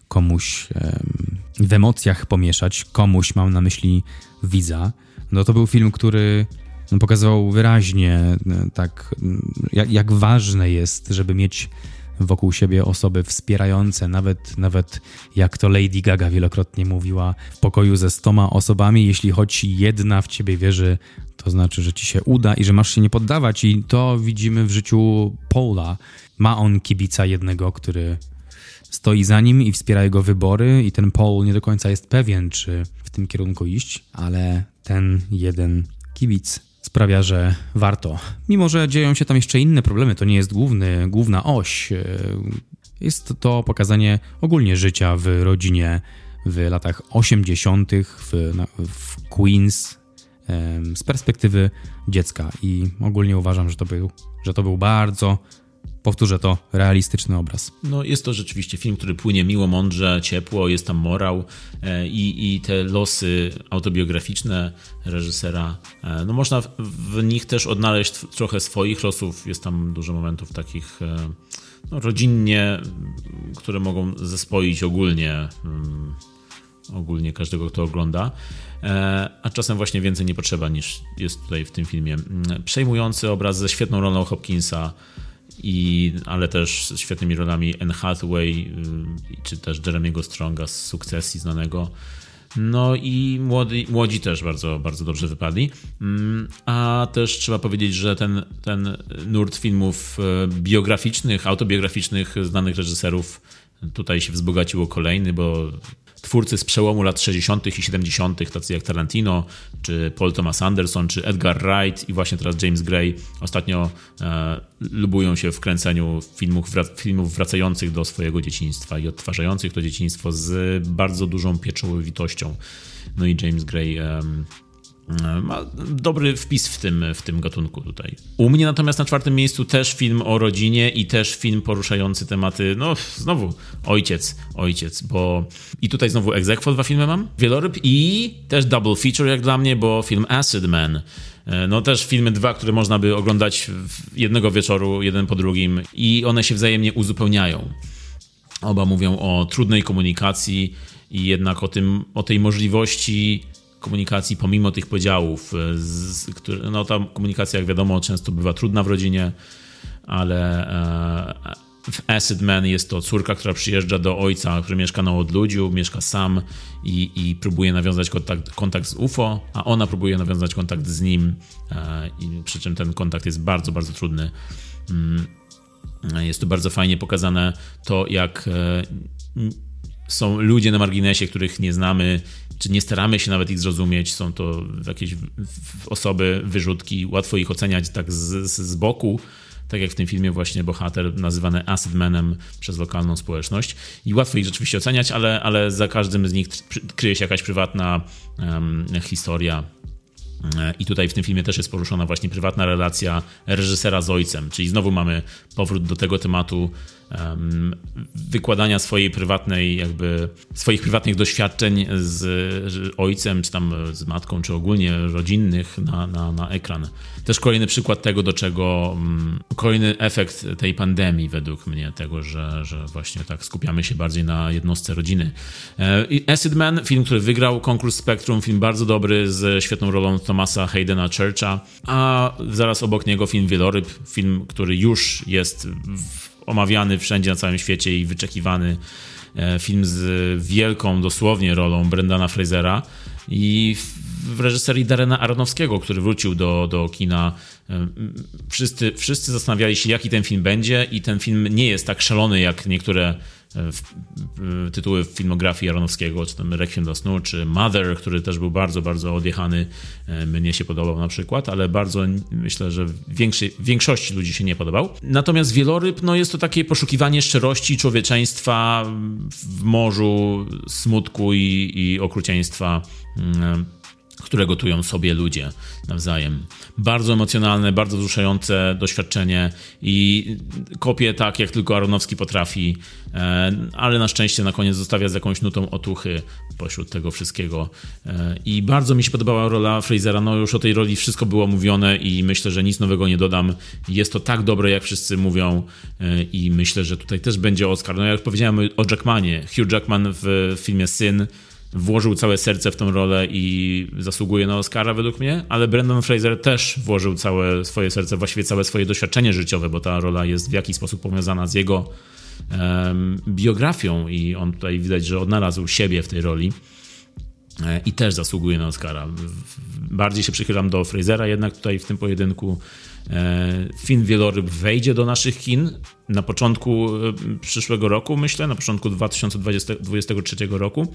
komuś w emocjach pomieszać, komuś mam na myśli widza, no to był film, który pokazywał wyraźnie tak, jak, jak ważne jest, żeby mieć wokół siebie osoby wspierające, nawet, nawet jak to Lady Gaga wielokrotnie mówiła, w pokoju ze stoma osobami, jeśli choć jedna w ciebie wierzy, to znaczy, że ci się uda i że masz się nie poddawać. I to widzimy w życiu Paula. Ma on kibica jednego, który stoi za nim i wspiera jego wybory i ten Paul nie do końca jest pewien, czy w tym kierunku iść, ale ten jeden kibic sprawia, że warto. Mimo że dzieją się tam jeszcze inne problemy, to nie jest główny, główna oś. Jest to pokazanie ogólnie życia w rodzinie w latach osiemdziesiątych w, w Queens z perspektywy dziecka i ogólnie uważam, że to był, że to był bardzo, powtórzę to, realistyczny obraz. No jest to rzeczywiście film, który płynie miło, mądrze, ciepło, jest tam morał e, i, i te losy autobiograficzne reżysera, e, no można w, w nich też odnaleźć trochę swoich losów, jest tam dużo momentów takich e, no, rodzinnie, które mogą zespoić ogólnie um, ogólnie każdego, kto ogląda, e, a czasem właśnie więcej nie potrzeba niż jest tutaj w tym filmie. Przejmujący obraz ze świetną rolą Hopkinsa, I, ale też z świetnymi rolami Anne Hathaway czy też Jeremiego Stronga z Sukcesji znanego. No i młodzi, młodzi też bardzo, bardzo dobrze wypadli. A też trzeba powiedzieć, że ten, ten nurt filmów biograficznych, autobiograficznych znanych reżyserów tutaj się wzbogacił o kolejny, bo twórcy z przełomu lat sześćdziesiątych i siedemdziesiątych, tacy jak Tarantino, czy Paul Thomas Anderson, czy Edgar Wright i właśnie teraz James Gray ostatnio e, lubują się w kręceniu filmów, wrac- filmów wracających do swojego dzieciństwa i odtwarzających to dzieciństwo z bardzo dużą pieczołowitością. No i James Gray e, ma dobry wpis w tym, w tym gatunku tutaj. U mnie natomiast na czwartym miejscu też film o rodzinie i też film poruszający tematy, no znowu ojciec, ojciec, bo i tutaj znowu ex aequo dwa filmy mam, Wieloryb i też double feature jak dla mnie, bo film Acid Man. No też filmy dwa, które można by oglądać jednego wieczoru, jeden po drugim i one się wzajemnie uzupełniają. Oba mówią o trudnej komunikacji i jednak o tym, o tej możliwości komunikacji pomimo tych podziałów. Z, który, no ta komunikacja, jak wiadomo, często bywa trudna w rodzinie, ale e, w Acid Man jest to córka, która przyjeżdża do ojca, który mieszka na odludziu, mieszka sam i, i próbuje nawiązać kontakt, kontakt z U F O, a ona próbuje nawiązać kontakt z nim, e, i przy czym ten kontakt jest bardzo, bardzo trudny. Mm, jest tu bardzo fajnie pokazane to, jak e, są ludzie na marginesie, których nie znamy, czy nie staramy się nawet ich zrozumieć. Są to jakieś osoby, wyrzutki, łatwo ich oceniać tak z, z boku, tak jak w tym filmie właśnie bohater nazywany Acid Manem przez lokalną społeczność. I łatwo ich rzeczywiście oceniać, ale, ale za każdym z nich kryje się jakaś prywatna um, historia. I tutaj w tym filmie też jest poruszona właśnie prywatna relacja reżysera z ojcem, czyli znowu mamy powrót do tego tematu um, wykładania swojej prywatnej, jakby swoich prywatnych doświadczeń z ojcem, czy tam z matką, czy ogólnie rodzinnych na, na, na ekran. Też kolejny przykład tego, do czego um, kolejny efekt tej pandemii według mnie, tego, że, że właśnie tak skupiamy się bardziej na jednostce rodziny. E, Acid Man, film, który wygrał konkurs Spectrum, film bardzo dobry z świetną rolą Thomasa Haydena Churcha, a zaraz obok niego film Wieloryb, film, który już jest w, omawiany wszędzie na całym świecie i wyczekiwany. Film z wielką dosłownie rolą Brendana Frasera i w reżyserii Darrena Aronofskiego, który wrócił do, do kina. Wszyscy, wszyscy zastanawiali się, jaki ten film będzie i ten film nie jest tak szalony jak niektóre w, w, tytuły w filmografii Aronofskiego, czy tam Requiem dla snu, czy Mother, który też był bardzo, bardzo odjechany. Mnie się podobał na przykład, ale bardzo myślę, że większej, większości ludzi się nie podobał. Natomiast Wieloryb, no jest to takie poszukiwanie szczerości człowieczeństwa w morzu smutku i, i okrucieństwa. które gotują sobie ludzie nawzajem. Bardzo emocjonalne, bardzo wzruszające doświadczenie i kopie tak, jak tylko Aronofsky potrafi, ale na szczęście na koniec zostawia z jakąś nutą otuchy pośród tego wszystkiego. I bardzo mi się podobała rola Frasera. No już o tej roli wszystko było mówione i myślę, że nic nowego nie dodam. Jest to tak dobre, jak wszyscy mówią i myślę, że tutaj też będzie Oscar. No jak powiedziałem o Jackmanie, Hugh Jackman w filmie Syn włożył całe serce w tą rolę i zasługuje na Oscara według mnie, ale Brendan Fraser też włożył całe swoje serce, właściwie całe swoje doświadczenie życiowe, bo ta rola jest w jakiś sposób powiązana z jego um, biografią i on tutaj widać, że odnalazł siebie w tej roli e, i też zasługuje na Oscara. Bardziej się przychylam do Frasera jednak tutaj w tym pojedynku. E, film Wieloryb wejdzie do naszych kin na początku przyszłego roku, myślę, na początku dwa tysiące dwudziestego trzeciego roku.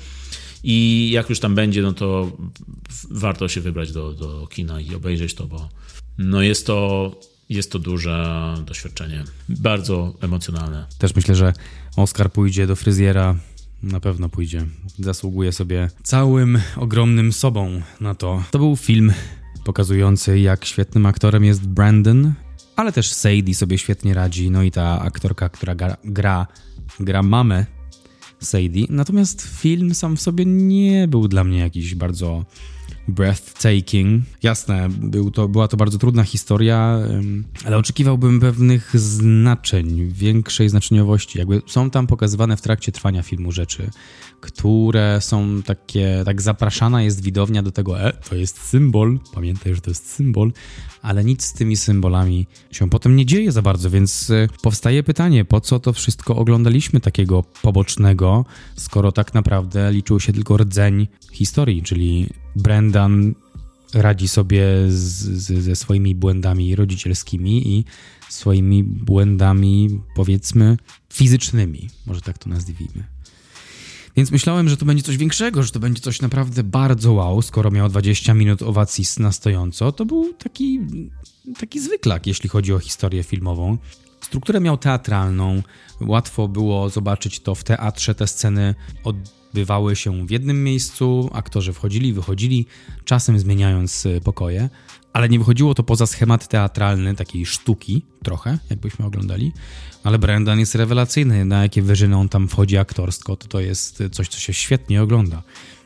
I jak już tam będzie, no to warto się wybrać do, do kina i obejrzeć to, bo no jest to, jest to duże doświadczenie. Bardzo emocjonalne. Też myślę, że Oscar pójdzie do Fryzjera. Na pewno pójdzie. Zasługuje sobie całym ogromnym sobą na to. To był film pokazujący, jak świetnym aktorem jest Brandon, ale też Sadie sobie świetnie radzi. No i ta aktorka, która gra, gra, gra mamę Sadie. Natomiast film sam w sobie nie był dla mnie jakiś bardzo breathtaking. Jasne, był to, była to bardzo trudna historia, ale oczekiwałbym pewnych znaczeń, większej znaczeniowości. Jakby są tam pokazywane w trakcie trwania filmu rzeczy, które są takie, tak zapraszana jest widownia do tego, e, to jest symbol, pamiętaj, że to jest symbol, ale nic z tymi symbolami się potem nie dzieje za bardzo, więc powstaje pytanie, po co to wszystko oglądaliśmy takiego pobocznego, skoro tak naprawdę liczył się tylko rdzeń historii, czyli Brendan radzi sobie z, z, ze swoimi błędami rodzicielskimi i swoimi błędami, powiedzmy, fizycznymi, może tak to nazwijmy. Więc myślałem, że to będzie coś większego, że to będzie coś naprawdę bardzo wow, skoro miał dwadzieścia minut owacji na stojąco. To był taki, taki zwyklak, jeśli chodzi o historię filmową. Strukturę miał teatralną, łatwo było zobaczyć to w teatrze, te sceny odbywały się w jednym miejscu, aktorzy wchodzili, wychodzili, czasem zmieniając pokoje, ale nie wychodziło to poza schemat teatralny, takiej sztuki trochę, jakbyśmy oglądali. Ale Brendan jest rewelacyjny, na jakie wyżyny on tam wchodzi aktorsko, to to jest coś, co się świetnie ogląda.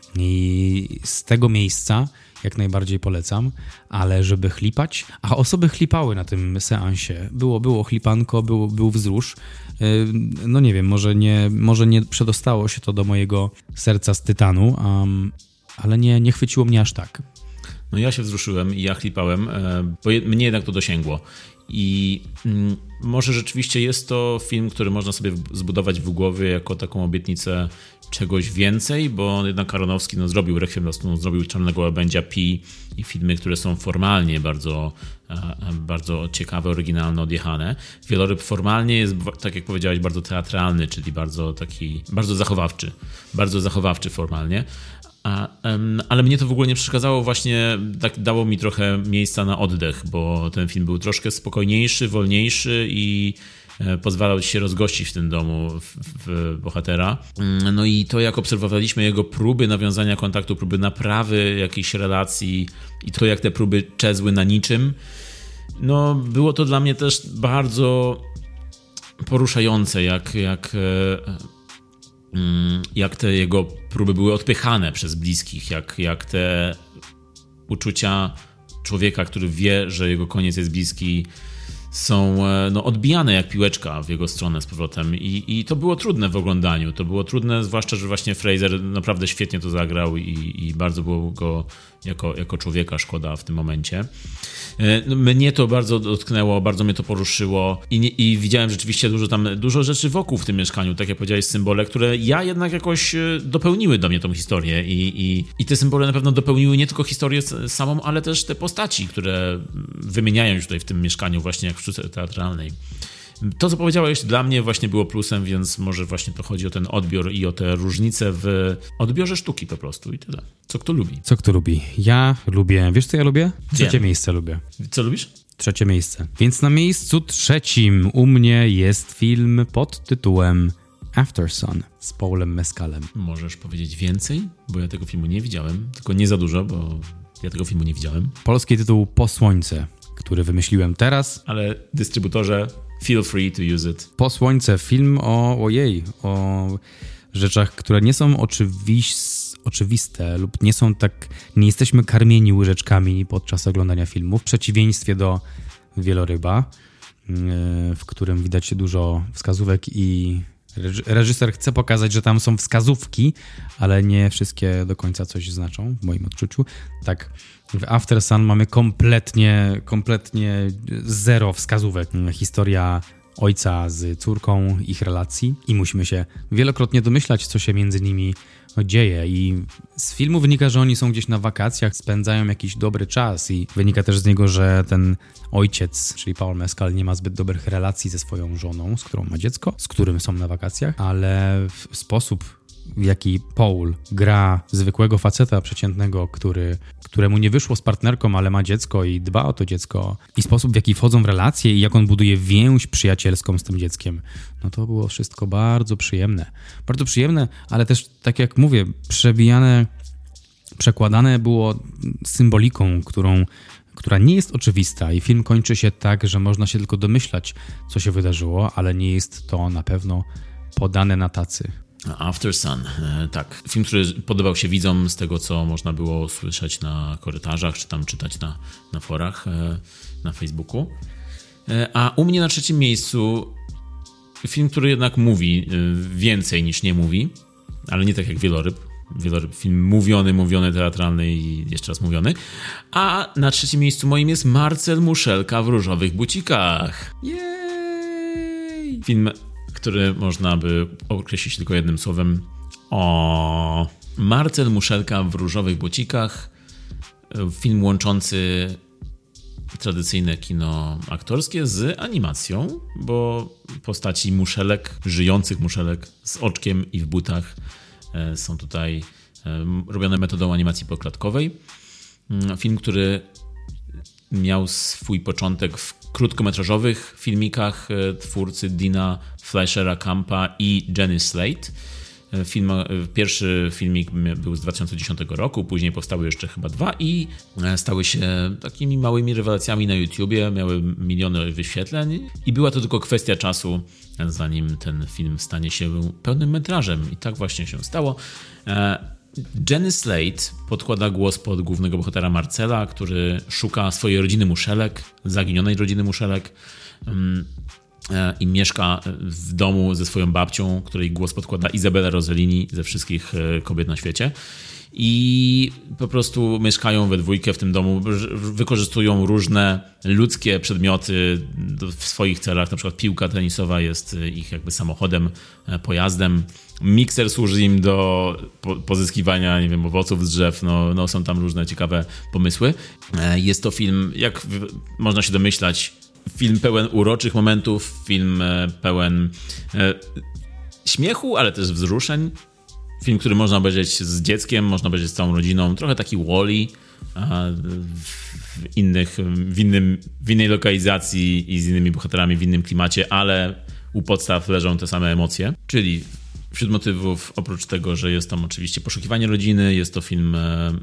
I z tego miejsca jak najbardziej polecam, ale żeby chlipać, a osoby chlipały na tym seansie, było, było chlipanko, był, był wzrusz, no nie wiem, może nie, może nie przedostało się to do mojego serca z tytanu, um, ale nie, nie chwyciło mnie aż tak. No ja się wzruszyłem i ja chlipałem, bo mnie jednak to dosięgło. I mm, może rzeczywiście jest to film, który można sobie zbudować w głowie jako taką obietnicę czegoś więcej, bo jednak Aronofsky no, zrobił Requiem dla Snu, zrobił Czarnego Łabędzia, Pi i filmy, które są formalnie bardzo, bardzo ciekawe, oryginalne, odjechane. Wieloryb formalnie jest, tak jak powiedziałeś, bardzo teatralny, czyli bardzo taki, bardzo zachowawczy, bardzo zachowawczy formalnie. A, um, ale mnie to w ogóle nie przeszkadzało, właśnie tak dało mi trochę miejsca na oddech, bo ten film był troszkę spokojniejszy, wolniejszy i e, pozwalał ci się rozgościć w tym domu w, w bohatera. No i to, jak obserwowaliśmy jego próby nawiązania kontaktu, próby naprawy jakiejś relacji i to, jak te próby czezły na niczym, no było to dla mnie też bardzo poruszające, jak... jak e, jak te jego próby były odpychane przez bliskich, jak, jak te uczucia człowieka, który wie, że jego koniec jest bliski, są no, odbijane jak piłeczka w jego stronę z powrotem I, i to było trudne w oglądaniu, to było trudne, zwłaszcza, że właśnie Fraser naprawdę świetnie to zagrał i, i bardzo było go jako, jako człowieka szkoda w tym momencie. Mnie to bardzo dotknęło, bardzo mnie to poruszyło i, nie, i widziałem rzeczywiście dużo tam, dużo rzeczy wokół w tym mieszkaniu, tak jak powiedziałeś, symbole, które ja jednak jakoś dopełniły do mnie tą historię i, i, i te symbole na pewno dopełniły nie tylko historię samą, ale też te postaci, które wymieniają się tutaj w tym mieszkaniu właśnie jak w sztuce teatralnej. To, co powiedziałeś, dla mnie właśnie było plusem, więc może właśnie to chodzi o ten odbiór i o te różnice w odbiorze sztuki po prostu i tyle. Co kto lubi. Co kto lubi. Ja lubię, wiesz co ja lubię? Trzecie Wiem. miejsce lubię. Co lubisz? Trzecie miejsce. Więc na miejscu trzecim u mnie jest film pod tytułem Aftersun z Paulem Mescalem. Możesz powiedzieć więcej? Bo ja tego filmu nie widziałem, tylko nie za dużo, bo Ja tego filmu nie widziałem. Polski tytuł Po Słońce, który wymyśliłem teraz. Ale dystrybutorze, feel free to use it. Po Słońce, film o, ojej, o rzeczach, które nie są oczywiste, oczywiste lub nie są tak, nie jesteśmy karmieni łyżeczkami podczas oglądania filmu, w przeciwieństwie do Wieloryba, w którym widać dużo wskazówek i reżyser chce pokazać, że tam są wskazówki, ale nie wszystkie do końca coś znaczą, w moim odczuciu. Tak, w After Sun mamy kompletnie, kompletnie zero wskazówek. Historia ojca z córką, ich relacji i musimy się wielokrotnie domyślać, co się między nimi dzieje i z filmu wynika, że oni są gdzieś na wakacjach, spędzają jakiś dobry czas i wynika też z niego, że ten ojciec, czyli Paul Mescal, nie ma zbyt dobrych relacji ze swoją żoną, z którą ma dziecko, z którym są na wakacjach, ale w sposób, w jaki Paul gra zwykłego faceta przeciętnego, który, któremu nie wyszło z partnerką, ale ma dziecko i dba o to dziecko i sposób, w jaki wchodzą w relacje i jak on buduje więź przyjacielską z tym dzieckiem, no to było wszystko bardzo przyjemne. Bardzo przyjemne, ale też, tak jak mówię, przebijane, przekładane było symboliką, którą, która nie jest oczywista i film kończy się tak, że można się tylko domyślać, co się wydarzyło, ale nie jest to na pewno podane na tacy. After Sun, tak. Film, który podobał się widzom z tego, co można było słyszeć na korytarzach, czy tam czytać na, na forach, na Facebooku. A u mnie na trzecim miejscu film, który jednak mówi więcej niż nie mówi, ale nie tak jak Wieloryb. Wieloryb, film mówiony, mówiony, teatralny i jeszcze raz mówiony. A na trzecim miejscu moim jest Marcel Muszelka w różowych bucikach. Jej! Film, który można by określić tylko jednym słowem. O, Marcel Muszelka w różowych bucikach. Film łączący tradycyjne kino aktorskie z animacją, bo postaci muszelek, żyjących muszelek z oczkiem i w butach są tutaj robione metodą animacji poklatkowej. Film, który miał swój początek w krótkometrażowych filmikach twórcy Dina Fleischera Campa i Jenny Slate. Film, pierwszy filmik był z dwa tysiące dziesiątego roku, później powstały jeszcze chyba dwa i stały się takimi małymi rewelacjami na YouTubie, miały miliony wyświetleń i była to tylko kwestia czasu, zanim ten film stanie się pełnym metrażem i tak właśnie się stało. Jenny Slate podkłada głos pod głównego bohatera Marcela, który szuka swojej rodziny muszelek, zaginionej rodziny muszelek i mieszka w domu ze swoją babcią, której głos podkłada Izabela Rossellini ze wszystkich kobiet na świecie. I po prostu mieszkają we dwójkę w tym domu, wykorzystują różne ludzkie przedmioty w swoich celach, na przykład piłka tenisowa jest ich jakby samochodem, pojazdem, mikser służy im do pozyskiwania, nie wiem, owoców z drzew, no, no są tam różne ciekawe pomysły. Jest to film, jak można się domyślać, film pełen uroczych momentów, film pełen śmiechu, ale też wzruszeń. Film, który można obejrzeć z dzieckiem, można obejrzeć z całą rodziną. Trochę taki Wall-E w, innych, w, innym, w innej lokalizacji i z innymi bohaterami, w innym klimacie, ale u podstaw leżą te same emocje. Czyli wśród motywów, oprócz tego, że jest tam oczywiście poszukiwanie rodziny, jest to film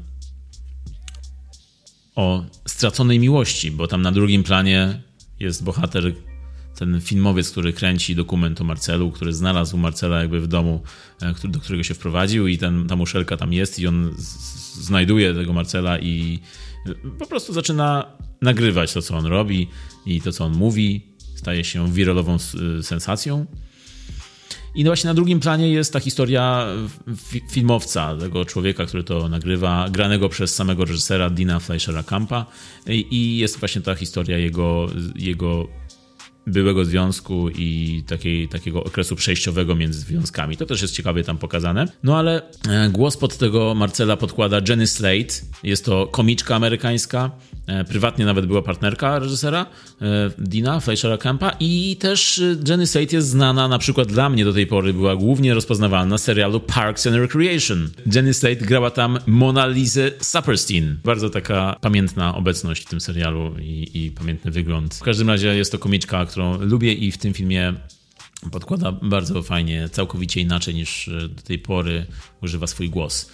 o straconej miłości, bo tam na drugim planie jest bohater, ten filmowiec, który kręci dokument o Marcelu, który znalazł Marcela jakby w domu, do którego się wprowadził i ten, ta muszelka tam jest i on z- znajduje tego Marcela i po prostu zaczyna nagrywać to, co on robi i to, co on mówi. Staje się wiralową sensacją. I no właśnie na drugim planie jest ta historia filmowca, tego człowieka, który to nagrywa, granego przez samego reżysera Dina Fleischera Campa. I jest właśnie ta historia jego, jego byłego związku i takiej, takiego okresu przejściowego między związkami. To też jest ciekawie tam pokazane. No ale głos pod tego Marcela podkłada Jenny Slate. Jest to komiczka amerykańska. Prywatnie nawet była partnerka reżysera Dina Fleischera Campa i też Jenny Slate jest znana, na przykład dla mnie do tej pory była głównie rozpoznawalna z serialu Parks and Recreation. Jenny Slate grała tam Mona Lisę Saperstein. Bardzo taka pamiętna obecność w tym serialu i, i pamiętny wygląd. W każdym razie jest to komiczka, którą lubię i w tym filmie podkłada bardzo fajnie, całkowicie inaczej niż do tej pory używa swój głos.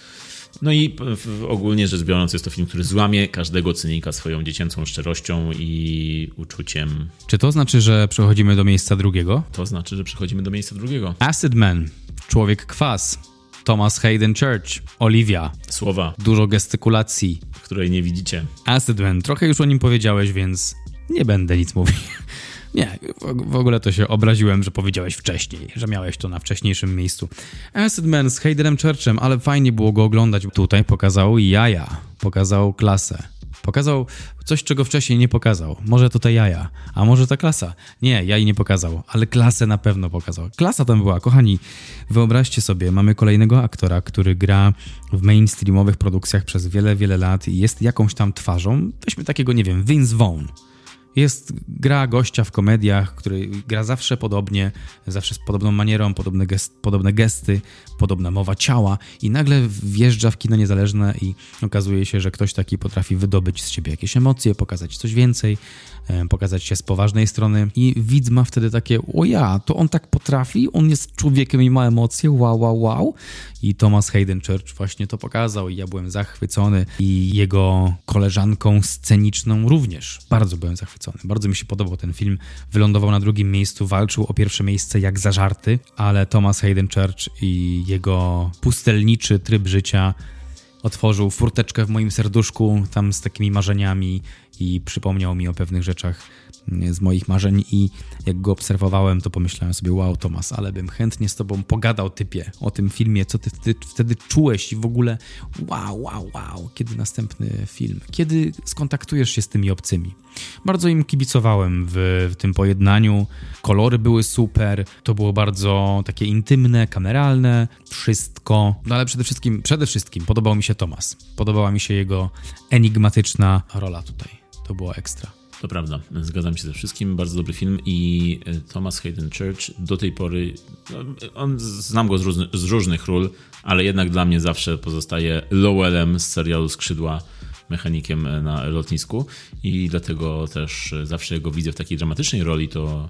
No i w, ogólnie rzecz biorąc jest to film, który złamie każdego cynika swoją dziecięcą szczerością i uczuciem. Czy to znaczy, że przechodzimy do miejsca drugiego? To znaczy, że przechodzimy do miejsca drugiego. Acid Man, Człowiek Kwas, Thomas Hayden Church, Olivia. Słowa. Dużo gestykulacji. Której nie widzicie. Acid Man, trochę już o nim powiedziałeś, więc nie będę nic mówił. Nie, w ogóle to się obraziłem, że powiedziałeś wcześniej, że miałeś to na wcześniejszym miejscu. Acid Man z Haydenem Churchem, ale fajnie było go oglądać. Tutaj pokazał jaja, pokazał klasę. Pokazał coś, czego wcześniej nie pokazał. Może to te jaja, a może ta klasa. Nie, jaj nie pokazał, ale klasę na pewno pokazał. Klasa tam była. Kochani, wyobraźcie sobie, mamy kolejnego aktora, który gra w mainstreamowych produkcjach przez wiele, wiele lat i jest jakąś tam twarzą. Weźmy takiego, nie wiem, Vince Vaughn. Jest gra gościa w komediach, który gra zawsze podobnie, zawsze z podobną manierą, podobne, gest, podobne gesty, podobna mowa ciała i nagle wjeżdża w kino niezależne i okazuje się, że ktoś taki potrafi wydobyć z siebie jakieś emocje, pokazać coś więcej, pokazać się z poważnej strony i widz ma wtedy takie, o ja, to on tak potrafi, on jest człowiekiem i ma emocje, wow, wow, wow. I Thomas Hayden Church właśnie to pokazał i ja byłem zachwycony i jego koleżanką sceniczną również. Bardzo byłem zachwycony, bardzo mi się podobał ten film. Wylądował na drugim miejscu, walczył o pierwsze miejsce jak zażarty, ale Thomas Hayden Church i jego pustelniczy tryb życia otworzył furteczkę w moim serduszku tam z takimi marzeniami i przypomniał mi o pewnych rzeczach z moich marzeń i jak go obserwowałem, to pomyślałem sobie, wow, Tomas, ale bym chętnie z tobą pogadał, typie, o tym filmie, co ty wtedy, wtedy czułeś i w ogóle wow, wow, wow, kiedy następny film, kiedy skontaktujesz się z tymi obcymi. Bardzo im kibicowałem w, w tym pojednaniu, kolory były super, to było bardzo takie intymne, kameralne, wszystko, no ale przede wszystkim, przede wszystkim podobał mi się Tomas, podobała mi się jego enigmatyczna rola tutaj, to było ekstra. To prawda, zgadzam się ze wszystkim, bardzo dobry film i Thomas Hayden Church do tej pory, no, on, znam go z, różny, z różnych ról, ale jednak dla mnie zawsze pozostaje Lowellem z serialu Skrzydła, mechanikiem na lotnisku i dlatego też zawsze go widzę w takiej dramatycznej roli, to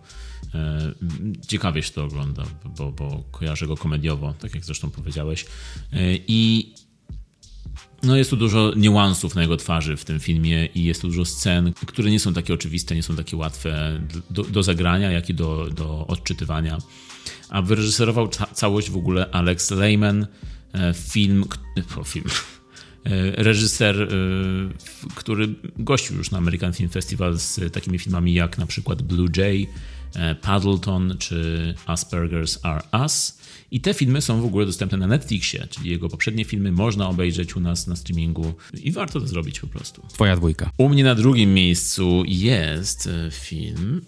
e, ciekawie się to ogląda, bo, bo kojarzę go komediowo, tak jak zresztą powiedziałeś. E, I no jest tu dużo niuansów na jego twarzy w tym filmie i jest tu dużo scen, które nie są takie oczywiste, nie są takie łatwe do, do zagrania, jak i do, do odczytywania. A wyreżyserował ca- całość w ogóle Alex Lehman, e, film, o, film... reżyser, który gościł już na American Film Festival z takimi filmami jak na przykład Blue Jay, Paddleton czy Asperger's Are Us. I te filmy są w ogóle dostępne na Netflixie, czyli jego poprzednie filmy można obejrzeć u nas na streamingu i warto to zrobić po prostu. Twoja dwójka. U mnie na drugim miejscu jest film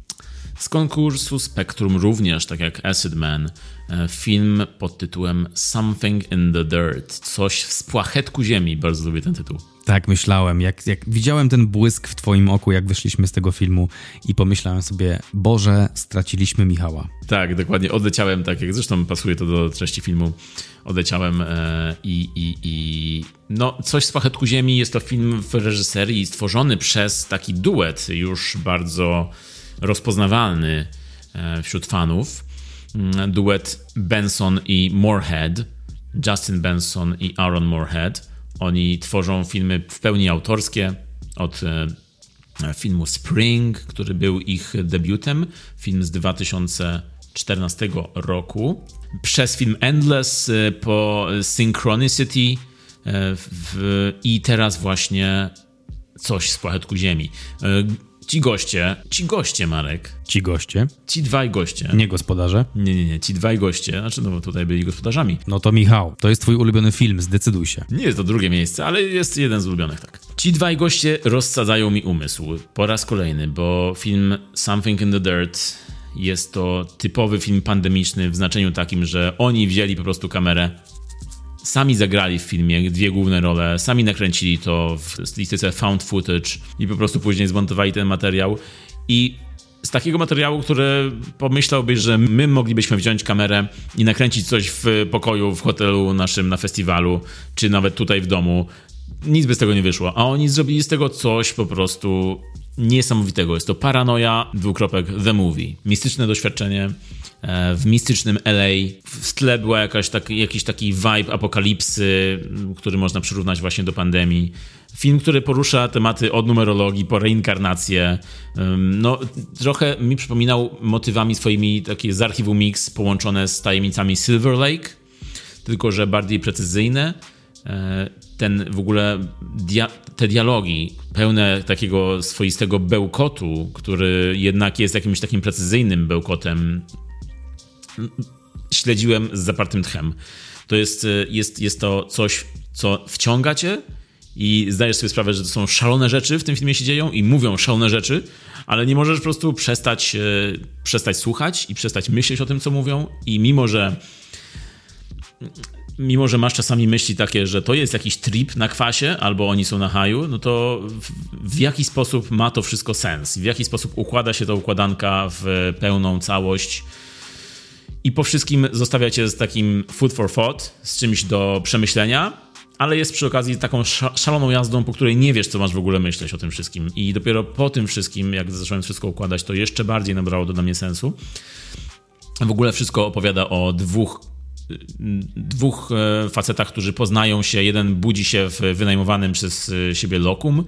z konkursu Spektrum również, tak jak Acid Man, film pod tytułem Something in the Dirt, coś w spłachetku ziemi, bardzo lubię ten tytuł. Tak myślałem, jak, jak widziałem ten błysk w twoim oku, jak wyszliśmy z tego filmu i pomyślałem sobie, Boże, straciliśmy Michała. Tak, dokładnie, odleciałem, tak jak zresztą pasuje to do treści filmu, odleciałem e, i, i, i no coś z spłachetku ziemi, jest to film w reżyserii stworzony przez taki duet już bardzo rozpoznawalny wśród fanów. Duet Benson i Moorhead. Justin Benson i Aaron Moorhead. Oni tworzą filmy w pełni autorskie od filmu Spring, który był ich debiutem. Film z dwa tysiące czternastego roku. Przez film Endless po Synchronicity w, i teraz właśnie coś z spłachetku ziemi. Ci goście, ci goście, Marek. Ci goście? Ci dwaj goście. Nie gospodarze? Nie, nie, nie, ci dwaj goście, znaczy no bo tutaj byli gospodarzami. No to Michał, to jest twój ulubiony film, zdecyduj się. Nie jest to drugie miejsce, ale jest jeden z ulubionych, tak. Ci dwaj goście rozsadzają mi umysł po raz kolejny, bo film Something in the Dirt jest to typowy film pandemiczny w znaczeniu takim, że oni wzięli po prostu kamerę, sami zagrali w filmie dwie główne role, sami nakręcili to w stylistyce found footage i po prostu później zmontowali ten materiał. I z takiego materiału, który pomyślałbyś, że my moglibyśmy wziąć kamerę i nakręcić coś w pokoju, w hotelu naszym na festiwalu, czy nawet tutaj w domu, nic by z tego nie wyszło. A oni zrobili z tego coś po prostu niesamowitego. Jest to Paranoia, dwukropek The Movie. Mistyczne doświadczenie w mistycznym L A. W tle była jakaś tak, jakiś taki vibe apokalipsy, który można przyrównać właśnie do pandemii. Film, który porusza tematy od numerologii po reinkarnację. No, trochę mi przypominał motywami swoimi takie z archiwum Mix połączone z tajemnicami Silver Lake, tylko że bardziej precyzyjne. Ten w ogóle dia- te dialogi pełne takiego swoistego bełkotu, który jednak jest jakimś takim precyzyjnym bełkotem, śledziłem z zapartym tchem. To jest, jest, jest to coś, co wciąga cię i zdajesz sobie sprawę, że to są szalone rzeczy w tym filmie się dzieją i mówią szalone rzeczy, ale nie możesz po prostu przestać, przestać słuchać i przestać myśleć o tym, co mówią, i mimo, że Mimo, że masz czasami myśli takie, że to jest jakiś trip na kwasie albo oni są na haju, no to w, w jaki sposób ma to wszystko sens? W jaki sposób układa się ta układanka w pełną całość? I po wszystkim zostawia cię z takim food for thought, z czymś do przemyślenia, ale jest przy okazji taką szaloną jazdą, po której nie wiesz, co masz w ogóle myśleć o tym wszystkim. I dopiero po tym wszystkim, jak zacząłem wszystko układać, to jeszcze bardziej nabrało to dla mnie sensu. W ogóle wszystko opowiada o dwóch dwóch facetach, którzy poznają się. Jeden budzi się w wynajmowanym przez siebie lokum,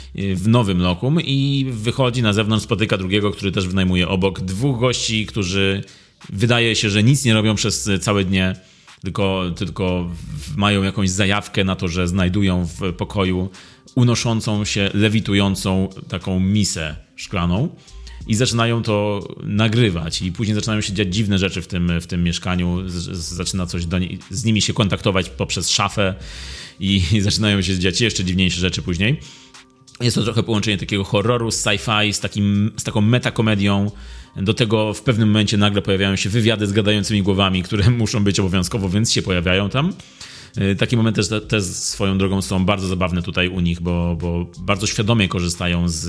w nowym lokum, i wychodzi na zewnątrz, spotyka drugiego, który też wynajmuje obok. Dwóch gości, którzy wydaje się, że nic nie robią przez całe dnie, tylko, tylko mają jakąś zajawkę na to, że znajdują w pokoju unoszącą się, lewitującą taką misę szklaną. I zaczynają to nagrywać i później zaczynają się dziać dziwne rzeczy w tym, w tym mieszkaniu. Z, z, zaczyna coś do ni- z nimi się kontaktować poprzez szafę i, i zaczynają się dziać jeszcze dziwniejsze rzeczy później. Jest to trochę połączenie takiego horroru z sci-fi, z, takim, z taką metakomedią. Do tego w pewnym momencie nagle pojawiają się wywiady z gadającymi głowami, które muszą być obowiązkowo, więc się pojawiają tam. Takie momenty też, też swoją drogą są bardzo zabawne tutaj u nich, bo, bo bardzo świadomie korzystają z,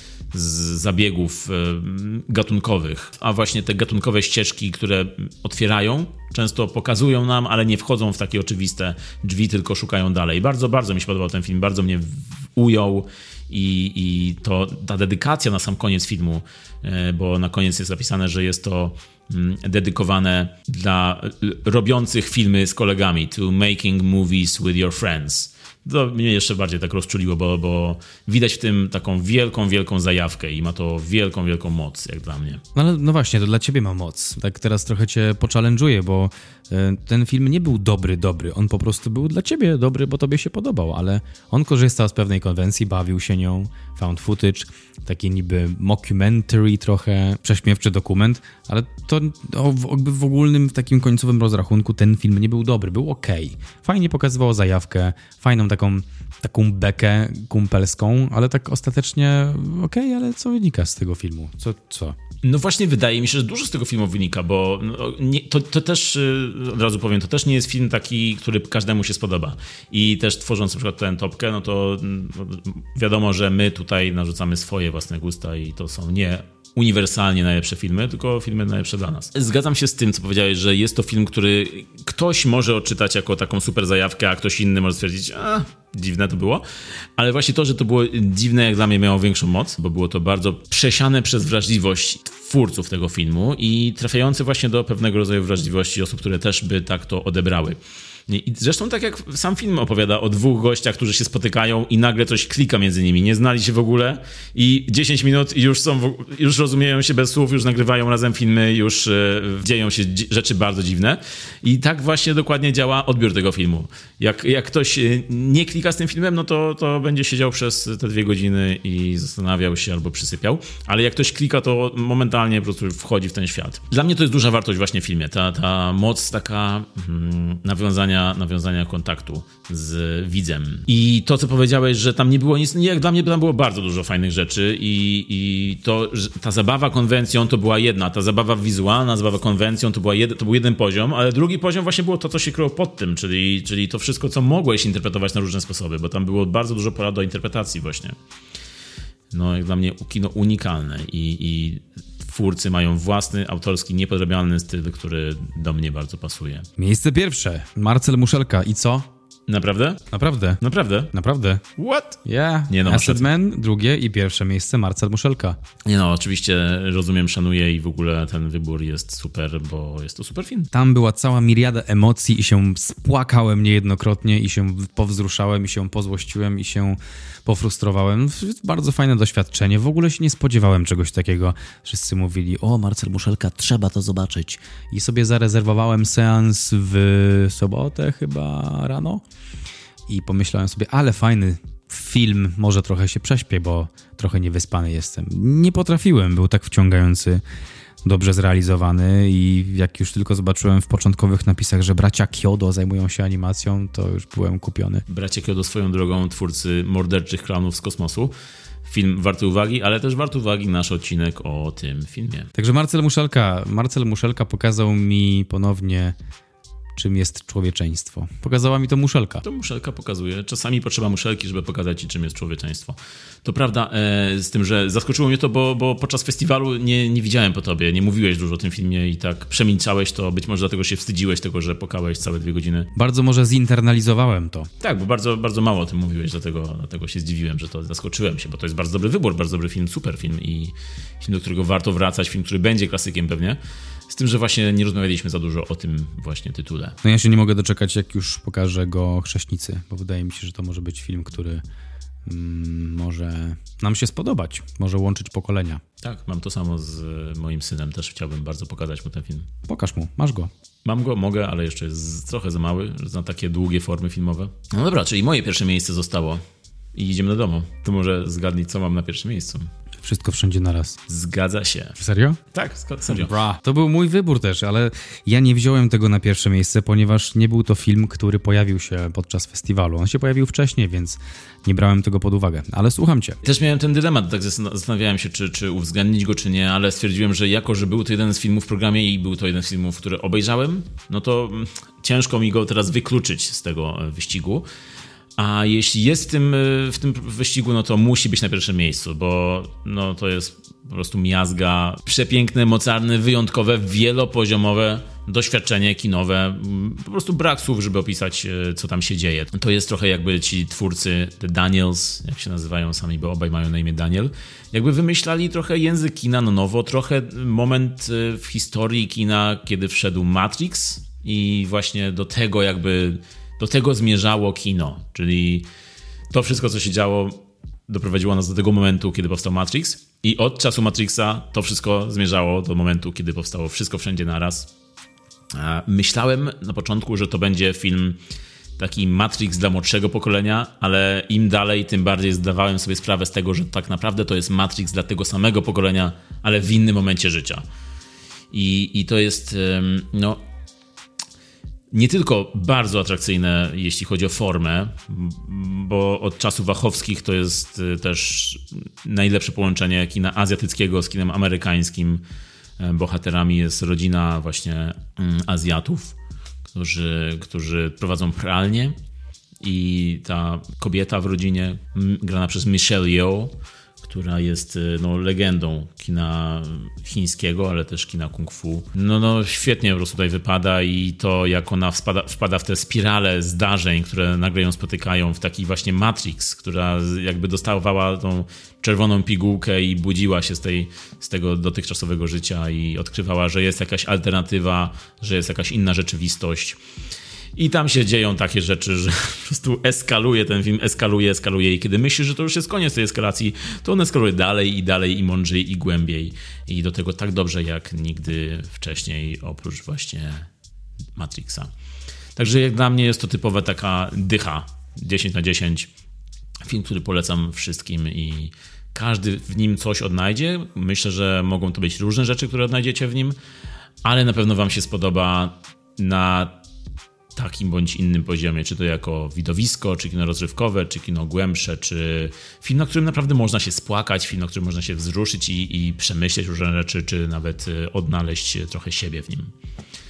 z zabiegów gatunkowych. A właśnie te gatunkowe ścieżki, które otwierają, często pokazują nam, ale nie wchodzą w takie oczywiste drzwi, tylko szukają dalej. Bardzo, bardzo mi się podobał ten film, bardzo mnie ujął. I, i to ta dedykacja na sam koniec filmu, bo na koniec jest zapisane, że jest to dedykowane dla robiących filmy z kolegami, to making movies with your friends. To mnie jeszcze bardziej tak rozczuliło, bo, bo widać w tym taką wielką, wielką zajawkę i ma to wielką, wielką moc, jak dla mnie. No, ale no właśnie, to dla ciebie ma moc. Tak teraz trochę cię pochallenge'uję, bo ten film nie był dobry, dobry. On po prostu był dla ciebie dobry, bo tobie się podobał, ale on korzystał z pewnej konwencji, bawił się nią, found footage, taki niby mockumentary trochę, prześmiewczy dokument, ale to no, w, w ogólnym, w takim końcowym rozrachunku ten film nie był dobry, był okej. Okay. Fajnie pokazywał zajawkę, fajną taką, taką bekę kumpelską, ale tak ostatecznie okej, okay, ale co wynika z tego filmu? Co? co? No właśnie wydaje mi się, że dużo z tego filmu wynika, bo no, nie, to, to też, od razu powiem, to też nie jest film taki, który każdemu się spodoba. I też tworząc na przykład tę topkę, no to no, wiadomo, że my tutaj narzucamy swoje własne gusta i to są nie uniwersalnie najlepsze filmy, tylko filmy najlepsze dla nas. Zgadzam się z tym, co powiedziałeś, że jest to film, który ktoś może odczytać jako taką super zajawkę, a ktoś inny może stwierdzić, a dziwne to było. Ale właśnie to, że to było dziwne, jak dla mnie miało większą moc, bo było to bardzo przesiane przez wrażliwość twórców tego filmu i trafiające właśnie do pewnego rodzaju wrażliwości osób, które też by tak to odebrały. I zresztą tak jak sam film opowiada o dwóch gościach, którzy się spotykają i nagle coś klika między nimi. Nie znali się w ogóle i dziesięć minut i już są, już rozumieją się bez słów, już nagrywają razem filmy, już e, dzieją się rzeczy bardzo dziwne. I tak właśnie dokładnie działa odbiór tego filmu. Jak, jak ktoś nie klika z tym filmem, no to, to będzie siedział przez te dwie godziny i zastanawiał się albo przysypiał. Ale jak ktoś klika, to momentalnie po prostu wchodzi w ten świat. Dla mnie to jest duża wartość właśnie w filmie. Ta, ta moc taka hmm, nawiązania nawiązania kontaktu z widzem. I to, co powiedziałeś, że tam nie było nic, jak dla mnie tam było bardzo dużo fajnych rzeczy i, i to, że ta zabawa konwencją to była jedna, ta zabawa wizualna, zabawa konwencją to, była jed, to był jeden poziom, ale drugi poziom właśnie było to, co się kryło pod tym, czyli, czyli to wszystko, co mogłeś interpretować na różne sposoby, bo tam było bardzo dużo pola do interpretacji właśnie. No, jak dla mnie kino unikalne i, i twórcy mają własny, autorski, niepodrabialny styl, który do mnie bardzo pasuje. Miejsce pierwsze. Marcel Muszelka. I co? Naprawdę? Naprawdę. Naprawdę? Naprawdę. What? Yeah. Nie no, Acid Man, drugie i pierwsze miejsce Marcel Muszelka. Nie no, oczywiście rozumiem, szanuję i w ogóle ten wybór jest super, bo jest to super film. Tam była cała miriada emocji i się spłakałem niejednokrotnie i się powzruszałem i się pozłościłem i się pofrustrowałem. Bardzo fajne doświadczenie. W ogóle się nie spodziewałem czegoś takiego. Wszyscy mówili, o Marcel Muszelka, trzeba to zobaczyć. I sobie zarezerwowałem seans w sobotę chyba rano i pomyślałem sobie, ale fajny film, może trochę się prześpię, bo trochę niewyspany jestem. Nie potrafiłem, był tak wciągający, dobrze zrealizowany i jak już tylko zobaczyłem w początkowych napisach, że bracia Kyodo zajmują się animacją, to już byłem kupiony. Bracia Kyodo swoją drogą, twórcy Morderczych Klaunów z kosmosu. Film warty uwagi, ale też warty uwagi nasz odcinek o tym filmie. Także Marcel Muszelka, Marcel Muszelka pokazał mi ponownie, czym jest człowieczeństwo. Pokazała mi to Muszelka. To Muszelka pokazuje. Czasami potrzeba Muszelki, żeby pokazać ci, czym jest człowieczeństwo. To prawda, e, z tym, że zaskoczyło mnie to, bo, bo podczas festiwalu nie, nie widziałem po tobie, nie mówiłeś dużo o tym filmie i tak przemilczałeś to, być może dlatego się wstydziłeś tego, że pokałeś całe dwie godziny. Bardzo może zinternalizowałem to. Tak, bo bardzo, bardzo mało o tym mówiłeś, dlatego, dlatego się zdziwiłem, że to zaskoczyłem się, bo to jest bardzo dobry wybór, bardzo dobry film, super film i film, do którego warto wracać, film, który będzie klasykiem pewnie. Z tym, że właśnie nie rozmawialiśmy za dużo o tym właśnie tytule. No ja się nie mogę doczekać, jak już pokażę go Chrześnicy, bo wydaje mi się, że to może być film, który mm, może nam się spodobać, może łączyć pokolenia. Tak, mam to samo z moim synem, też chciałbym bardzo pokazać mu ten film. Pokaż mu, masz go. Mam go, mogę, ale jeszcze jest trochę za mały na takie długie formy filmowe. No dobra, czyli moje pierwsze miejsce zostało i idziemy do domu. To może zgadnij, co mam na pierwszym miejscu. Wszystko wszędzie naraz. Zgadza się. Serio? Tak, serio. Bra. To był mój wybór też, ale ja nie wziąłem tego na pierwsze miejsce, ponieważ nie był to film, który pojawił się podczas festiwalu. On się pojawił wcześniej, więc nie brałem tego pod uwagę. Ale słucham cię. Też miałem ten dylemat, tak zastanawiałem się, czy, czy uwzględnić go, czy nie, ale stwierdziłem, że jako, że był to jeden z filmów w programie i był to jeden z filmów, który obejrzałem, no to ciężko mi go teraz wykluczyć z tego wyścigu. A jeśli jest w tym, w tym wyścigu, no to musi być na pierwszym miejscu, bo no to jest po prostu miazga, przepiękne, mocarne, wyjątkowe, wielopoziomowe doświadczenie kinowe. Po prostu brak słów, żeby opisać, co tam się dzieje. To jest trochę jakby ci twórcy, The Daniels, jak się nazywają sami, bo obaj mają na imię Daniel, jakby wymyślali trochę język kina na nowo, trochę moment w historii kina, kiedy wszedł Matrix i właśnie do tego jakby... Do tego zmierzało kino, czyli to wszystko, co się działo, doprowadziło nas do tego momentu, kiedy powstał Matrix i od czasu Matrixa to wszystko zmierzało do momentu, kiedy powstało Wszystko Wszędzie Naraz. Myślałem na początku, że to będzie film taki Matrix dla młodszego pokolenia, ale im dalej, tym bardziej zdawałem sobie sprawę z tego, że tak naprawdę to jest Matrix dla tego samego pokolenia, ale w innym momencie życia. I, i to jest, no... nie tylko bardzo atrakcyjne, jeśli chodzi o formę, bo od czasów wachowskich to jest też najlepsze połączenie kina azjatyckiego z kinem amerykańskim. Bohaterami jest rodzina właśnie Azjatów, którzy, którzy prowadzą pralnię i ta kobieta w rodzinie grana przez Michelle Yeoh, która jest no, legendą kina chińskiego, ale też kina kung fu. No, no świetnie po prostu tutaj wypada i to jak ona wpada, wpada w tę spiralę zdarzeń, które nagle ją spotykają, w taki właśnie Matrix, która jakby dostawała tą czerwoną pigułkę i budziła się z, tej, z tego dotychczasowego życia i odkrywała, że jest jakaś alternatywa, że jest jakaś inna rzeczywistość. I tam się dzieją takie rzeczy, że po prostu eskaluje ten film, eskaluje, eskaluje i kiedy myślisz, że to już jest koniec tej eskalacji, to on eskaluje dalej i dalej i mądrzej i głębiej i do tego tak dobrze jak nigdy wcześniej oprócz właśnie Matrixa. Także jak dla mnie jest to typowa taka dycha dziesięć na dziesięć. Film, który polecam wszystkim i każdy w nim coś odnajdzie. Myślę, że mogą to być różne rzeczy, które odnajdziecie w nim, ale na pewno wam się spodoba na takim bądź innym poziomie, czy to jako widowisko, czy kino rozrywkowe, czy kino głębsze, czy film, na którym naprawdę można się spłakać, film, na którym można się wzruszyć i, i przemyśleć różne rzeczy, czy nawet odnaleźć trochę siebie w nim.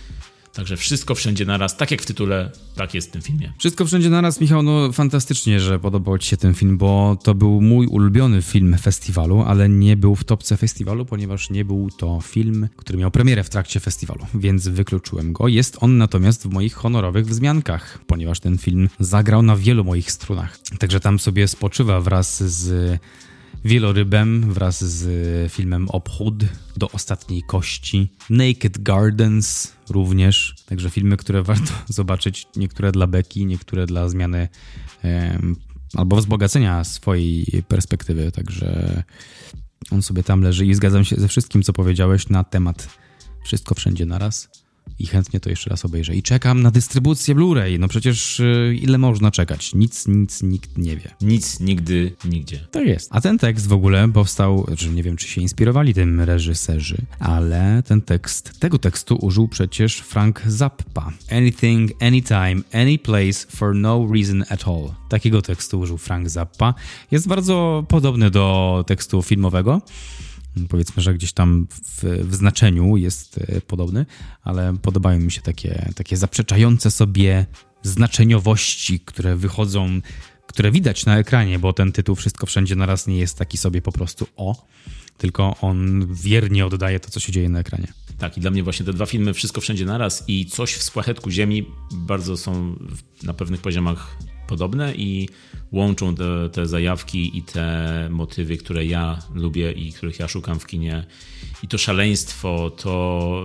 Także wszystko wszędzie naraz, tak jak w tytule, tak jest w tym filmie. Wszystko wszędzie naraz, Michał, no fantastycznie, że podobał ci się ten film, bo to był mój ulubiony film festiwalu, ale nie był w topce festiwalu, ponieważ nie był to film, który miał premierę w trakcie festiwalu, więc wykluczyłem go. Jest on natomiast w moich honorowych wzmiankach, ponieważ ten film zagrał na wielu moich strunach. Także tam sobie spoczywa wraz z Wielorybem, wraz z filmem Obchód, Do ostatniej kości, Naked Gardens również. Także filmy, które warto zobaczyć, niektóre dla beki, niektóre dla zmiany um, albo wzbogacenia swojej perspektywy. Także on sobie tam leży i zgadzam się ze wszystkim, co powiedziałeś na temat Wszystko wszędzie naraz. I chętnie to jeszcze raz obejrzę. I czekam na dystrybucję Blu-ray. No przecież yy, ile można czekać? Nic, nic, nikt nie wie. Nic, nigdy, nigdzie. Tak jest. A ten tekst w ogóle powstał, znaczy nie wiem, czy się inspirowali tym reżyserzy, ale ten tekst, tego tekstu użył przecież Frank Zappa. Anything, anytime, any place, for no reason at all. Takiego tekstu użył Frank Zappa. Jest bardzo podobny do tekstu filmowego. Powiedzmy, że gdzieś tam w, w znaczeniu jest podobny, ale podobają mi się takie, takie zaprzeczające sobie znaczeniowości, które wychodzą, które widać na ekranie, bo ten tytuł Wszystko wszędzie naraz nie jest taki sobie po prostu o, tylko on wiernie oddaje to, co się dzieje na ekranie. Tak, i dla mnie właśnie te dwa filmy Wszystko wszędzie naraz i Coś w spłachetku ziemi bardzo są na pewnych poziomach podobne i łączą te, te zajawki i te motywy, które ja lubię i których ja szukam w kinie. I to szaleństwo, to,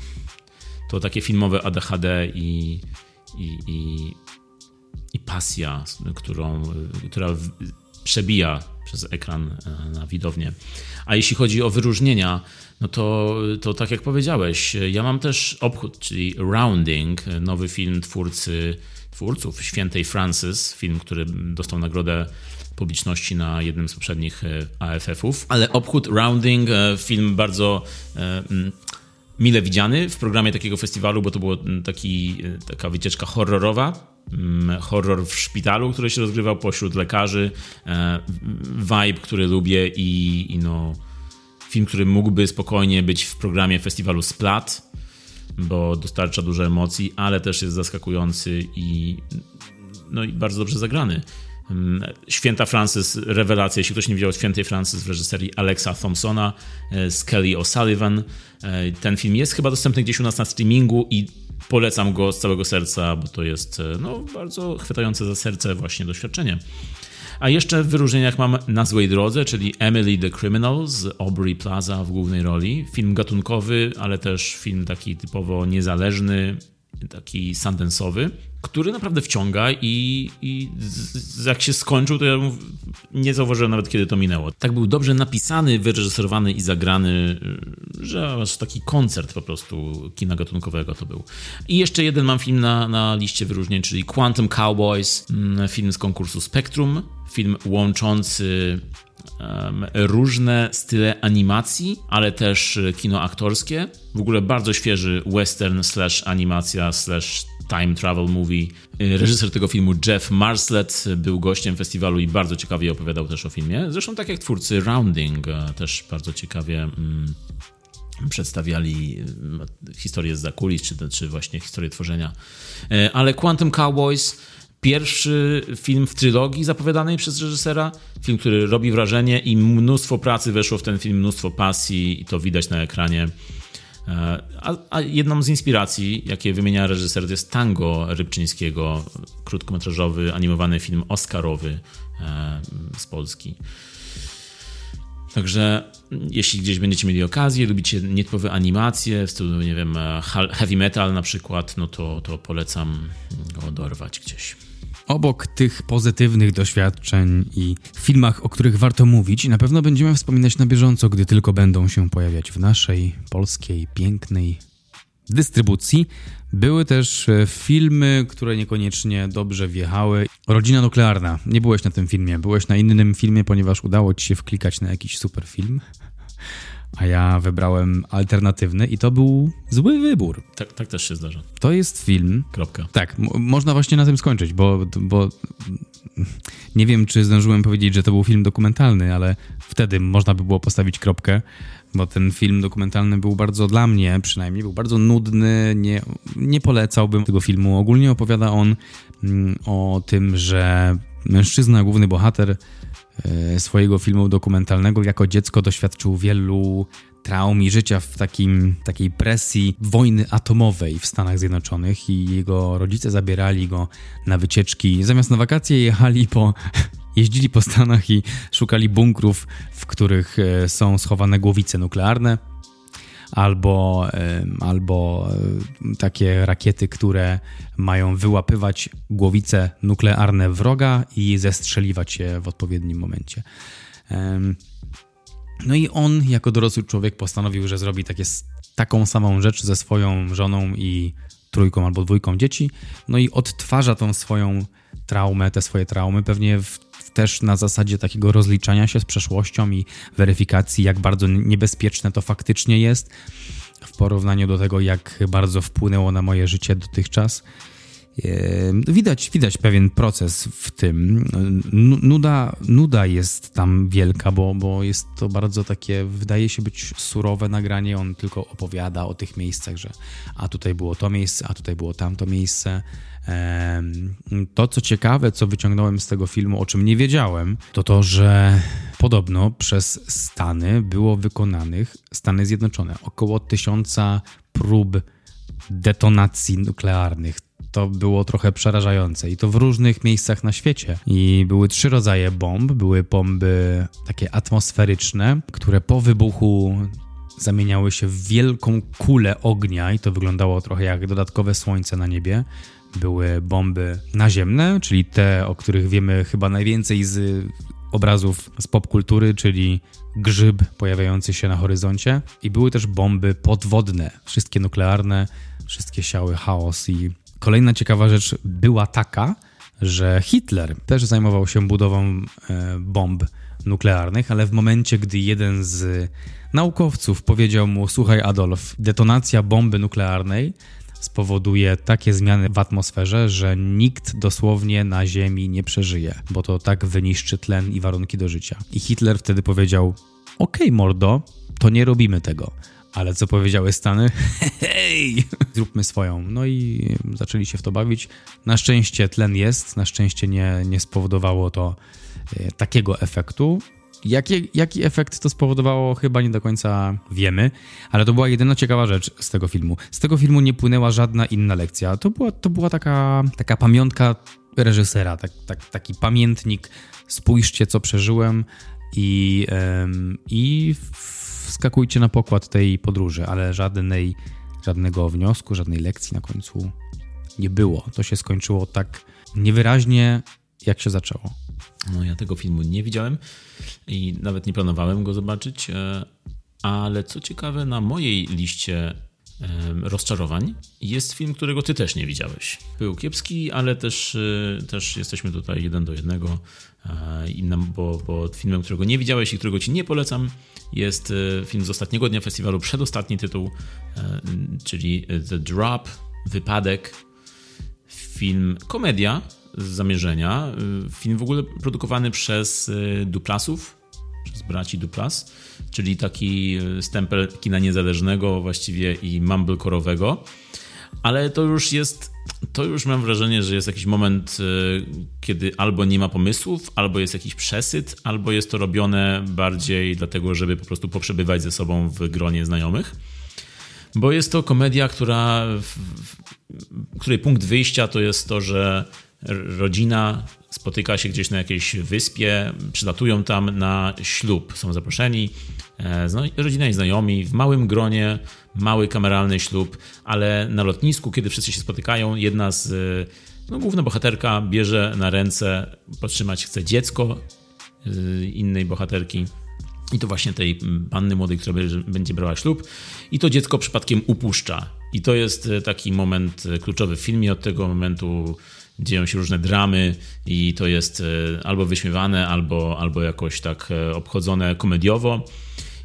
to takie filmowe A D H D i, i, i, i pasja, którą, która w, przebija przez ekran na widownię. A jeśli chodzi o wyróżnienia, no to, to tak jak powiedziałeś, ja mam też Obchód, czyli Rounding, nowy film twórcy twórców Świętej Frances, film, który dostał nagrodę publiczności na jednym z poprzednich A F F-ów. Ale Obchód, Rounding, film bardzo e, mile widziany w programie takiego festiwalu, bo to była taki, taka wycieczka horrorowa. Horror w szpitalu, który się rozgrywał pośród lekarzy. E, vibe, który lubię i, i no, film, który mógłby spokojnie być w programie festiwalu Splat, bo dostarcza dużo emocji, ale też jest zaskakujący i, no i bardzo dobrze zagrany. Święta Frances, rewelacja, jeśli ktoś nie widział Świętej Frances w reżyserii Alexa Thompsona z Kelly O'Sullivan. Ten film jest chyba dostępny gdzieś u nas na streamingu i polecam go z całego serca, bo to jest no, bardzo chwytające za serce właśnie doświadczenie. A jeszcze w wyróżnieniach mam Na złej drodze, czyli Emily the Criminal z Aubrey Plaza w głównej roli. Film gatunkowy, ale też film taki typowo niezależny, taki sundance'owy, który naprawdę wciąga i, i z, jak się skończył, to ja nie zauważyłem nawet, kiedy to minęło. Tak był dobrze napisany, wyreżyserowany i zagrany, że aż taki koncert po prostu kina gatunkowego to był. I jeszcze jeden mam film na, na liście wyróżnień, czyli Quantum Cowboys, film z konkursu Spectrum, film łączący um, różne style animacji, ale też kino aktorskie. W ogóle bardzo świeży western slash animacja slash time travel movie. Reżyser tego filmu Jeff Marslet był gościem festiwalu i bardzo ciekawie opowiadał też o filmie. Zresztą tak jak twórcy Rounding też bardzo ciekawie mm, przedstawiali historię zza kulis, czy, czy właśnie historię tworzenia. Ale Quantum Cowboys, pierwszy film w trylogii zapowiadanej przez reżysera. Film, który robi wrażenie i mnóstwo pracy weszło w ten film, mnóstwo pasji i to widać na ekranie. A, a jedną z inspiracji, jakie wymienia reżyser, to jest Tango Rybczyńskiego, krótkometrażowy, animowany film oscarowy e, z Polski. Także jeśli gdzieś będziecie mieli okazję, lubicie nietypowe animacje w stylu, nie wiem, heavy metal na przykład, no to, to polecam go dorwać gdzieś. Obok tych pozytywnych doświadczeń i filmach, o których warto mówić, na pewno będziemy wspominać na bieżąco, gdy tylko będą się pojawiać w naszej polskiej, pięknej dystrybucji. Były też filmy, które niekoniecznie dobrze wjechały. Rodzina nuklearna. Nie byłeś na tym filmie, byłeś na innym filmie, ponieważ udało ci się wklikać na jakiś super film. a ja wybrałem alternatywny i to był zły wybór. Tak, tak też się zdarza. To jest film... Kropka. Tak, m- można właśnie na tym skończyć, bo, bo nie wiem, czy zdążyłem powiedzieć, że to był film dokumentalny, ale wtedy można by było postawić kropkę, bo ten film dokumentalny był bardzo, dla mnie przynajmniej, był bardzo nudny, nie, nie polecałbym tego filmu. Ogólnie opowiada on mm, o tym, że mężczyzna, główny bohater e, swojego filmu dokumentalnego jako dziecko doświadczył wielu traum i życia w takim, takiej presji wojny atomowej w Stanach Zjednoczonych i jego rodzice zabierali go na wycieczki. Zamiast na wakacje jechali po... Jeździli po Stanach i szukali bunkrów, w których są schowane głowice nuklearne albo, albo takie rakiety, które mają wyłapywać głowice nuklearne wroga i zestrzeliwać je w odpowiednim momencie. No i on jako dorosły człowiek postanowił, że zrobi takie, taką samą rzecz ze swoją żoną i trójką albo dwójką dzieci. No i odtwarza tą swoją traumę, te swoje traumy pewnie w też na zasadzie takiego rozliczania się z przeszłością i weryfikacji, jak bardzo niebezpieczne to faktycznie jest w porównaniu do tego, jak bardzo wpłynęło na moje życie dotychczas. Widać, widać pewien proces w tym. Nuda, nuda jest tam wielka, bo, bo jest to bardzo takie, wydaje się być surowe nagranie. On tylko opowiada o tych miejscach, że a tutaj było to miejsce, a tutaj było tamto miejsce. To, co ciekawe, co wyciągnąłem z tego filmu, o czym nie wiedziałem, to to, że podobno przez Stany było wykonanych, Stany Zjednoczone, około tysiąca prób detonacji nuklearnych. To było trochę przerażające i to w różnych miejscach na świecie. I były trzy rodzaje bomb. Były bomby takie atmosferyczne, które po wybuchu zamieniały się w wielką kulę ognia i to wyglądało trochę jak dodatkowe słońce na niebie. Były bomby naziemne, czyli te, o których wiemy chyba najwięcej z obrazów z popkultury, czyli grzyb pojawiający się na horyzoncie. I były też bomby podwodne, wszystkie nuklearne, wszystkie siały chaos. I kolejna ciekawa rzecz była taka, że Hitler też zajmował się budową e, bomb nuklearnych, ale w momencie, gdy jeden z naukowców powiedział mu: słuchaj Adolf, detonacja bomby nuklearnej spowoduje takie zmiany w atmosferze, że nikt dosłownie na Ziemi nie przeżyje, bo to tak wyniszczy tlen i warunki do życia. I Hitler wtedy powiedział: okej, mordo, to nie robimy tego. Ale co powiedziały Stany? Hej, zróbmy swoją. No i zaczęli się w to bawić. Na szczęście tlen jest, na szczęście nie, nie spowodowało to e, takiego efektu. Jaki, jaki efekt to spowodowało, chyba nie do końca wiemy, ale to była jedyna ciekawa rzecz z tego filmu. Z tego filmu nie płynęła żadna inna lekcja. To była, to była taka, taka pamiątka reżysera, tak, tak, taki pamiętnik. Spójrzcie, co przeżyłem i, ym, i wskakujcie na pokład tej podróży, ale żadnej, żadnego wniosku, żadnej lekcji na końcu nie było. To się skończyło tak niewyraźnie, jak się zaczęło. No ja tego filmu nie widziałem i nawet nie planowałem go zobaczyć, ale co ciekawe, na mojej liście rozczarowań jest film, którego ty też nie widziałeś. Był kiepski, ale też, też jesteśmy tutaj jeden do jednego, bo, bo filmem, którego nie widziałeś i którego ci nie polecam, jest film z ostatniego dnia festiwalu, przedostatni tytuł, czyli The Drop, Wypadek. Film komedia z zamierzenia. Film w ogóle produkowany przez Duplasów, przez braci Duplas, czyli taki stempel kina niezależnego właściwie i mumblecore'owego. Ale to już jest, to już mam wrażenie, że jest jakiś moment, kiedy albo nie ma pomysłów, albo jest jakiś przesyt, albo jest to robione bardziej dlatego, żeby po prostu poprzebywać ze sobą w gronie znajomych. Bo jest to komedia, która, w, w, której punkt wyjścia to jest to, że rodzina spotyka się gdzieś na jakiejś wyspie, przylatują tam na ślub, są zaproszeni, rodzina i znajomi w małym gronie, mały kameralny ślub, ale na lotnisku, kiedy wszyscy się spotykają, jedna z, no główna bohaterka bierze na ręce, podtrzymać chce dziecko innej bohaterki. I to właśnie tej panny młodej, która będzie brała ślub. I to dziecko przypadkiem upuszcza. I to jest taki moment kluczowy w filmie. Od tego momentu dzieją się różne dramy i to jest albo wyśmiewane, albo, albo jakoś tak obchodzone komediowo.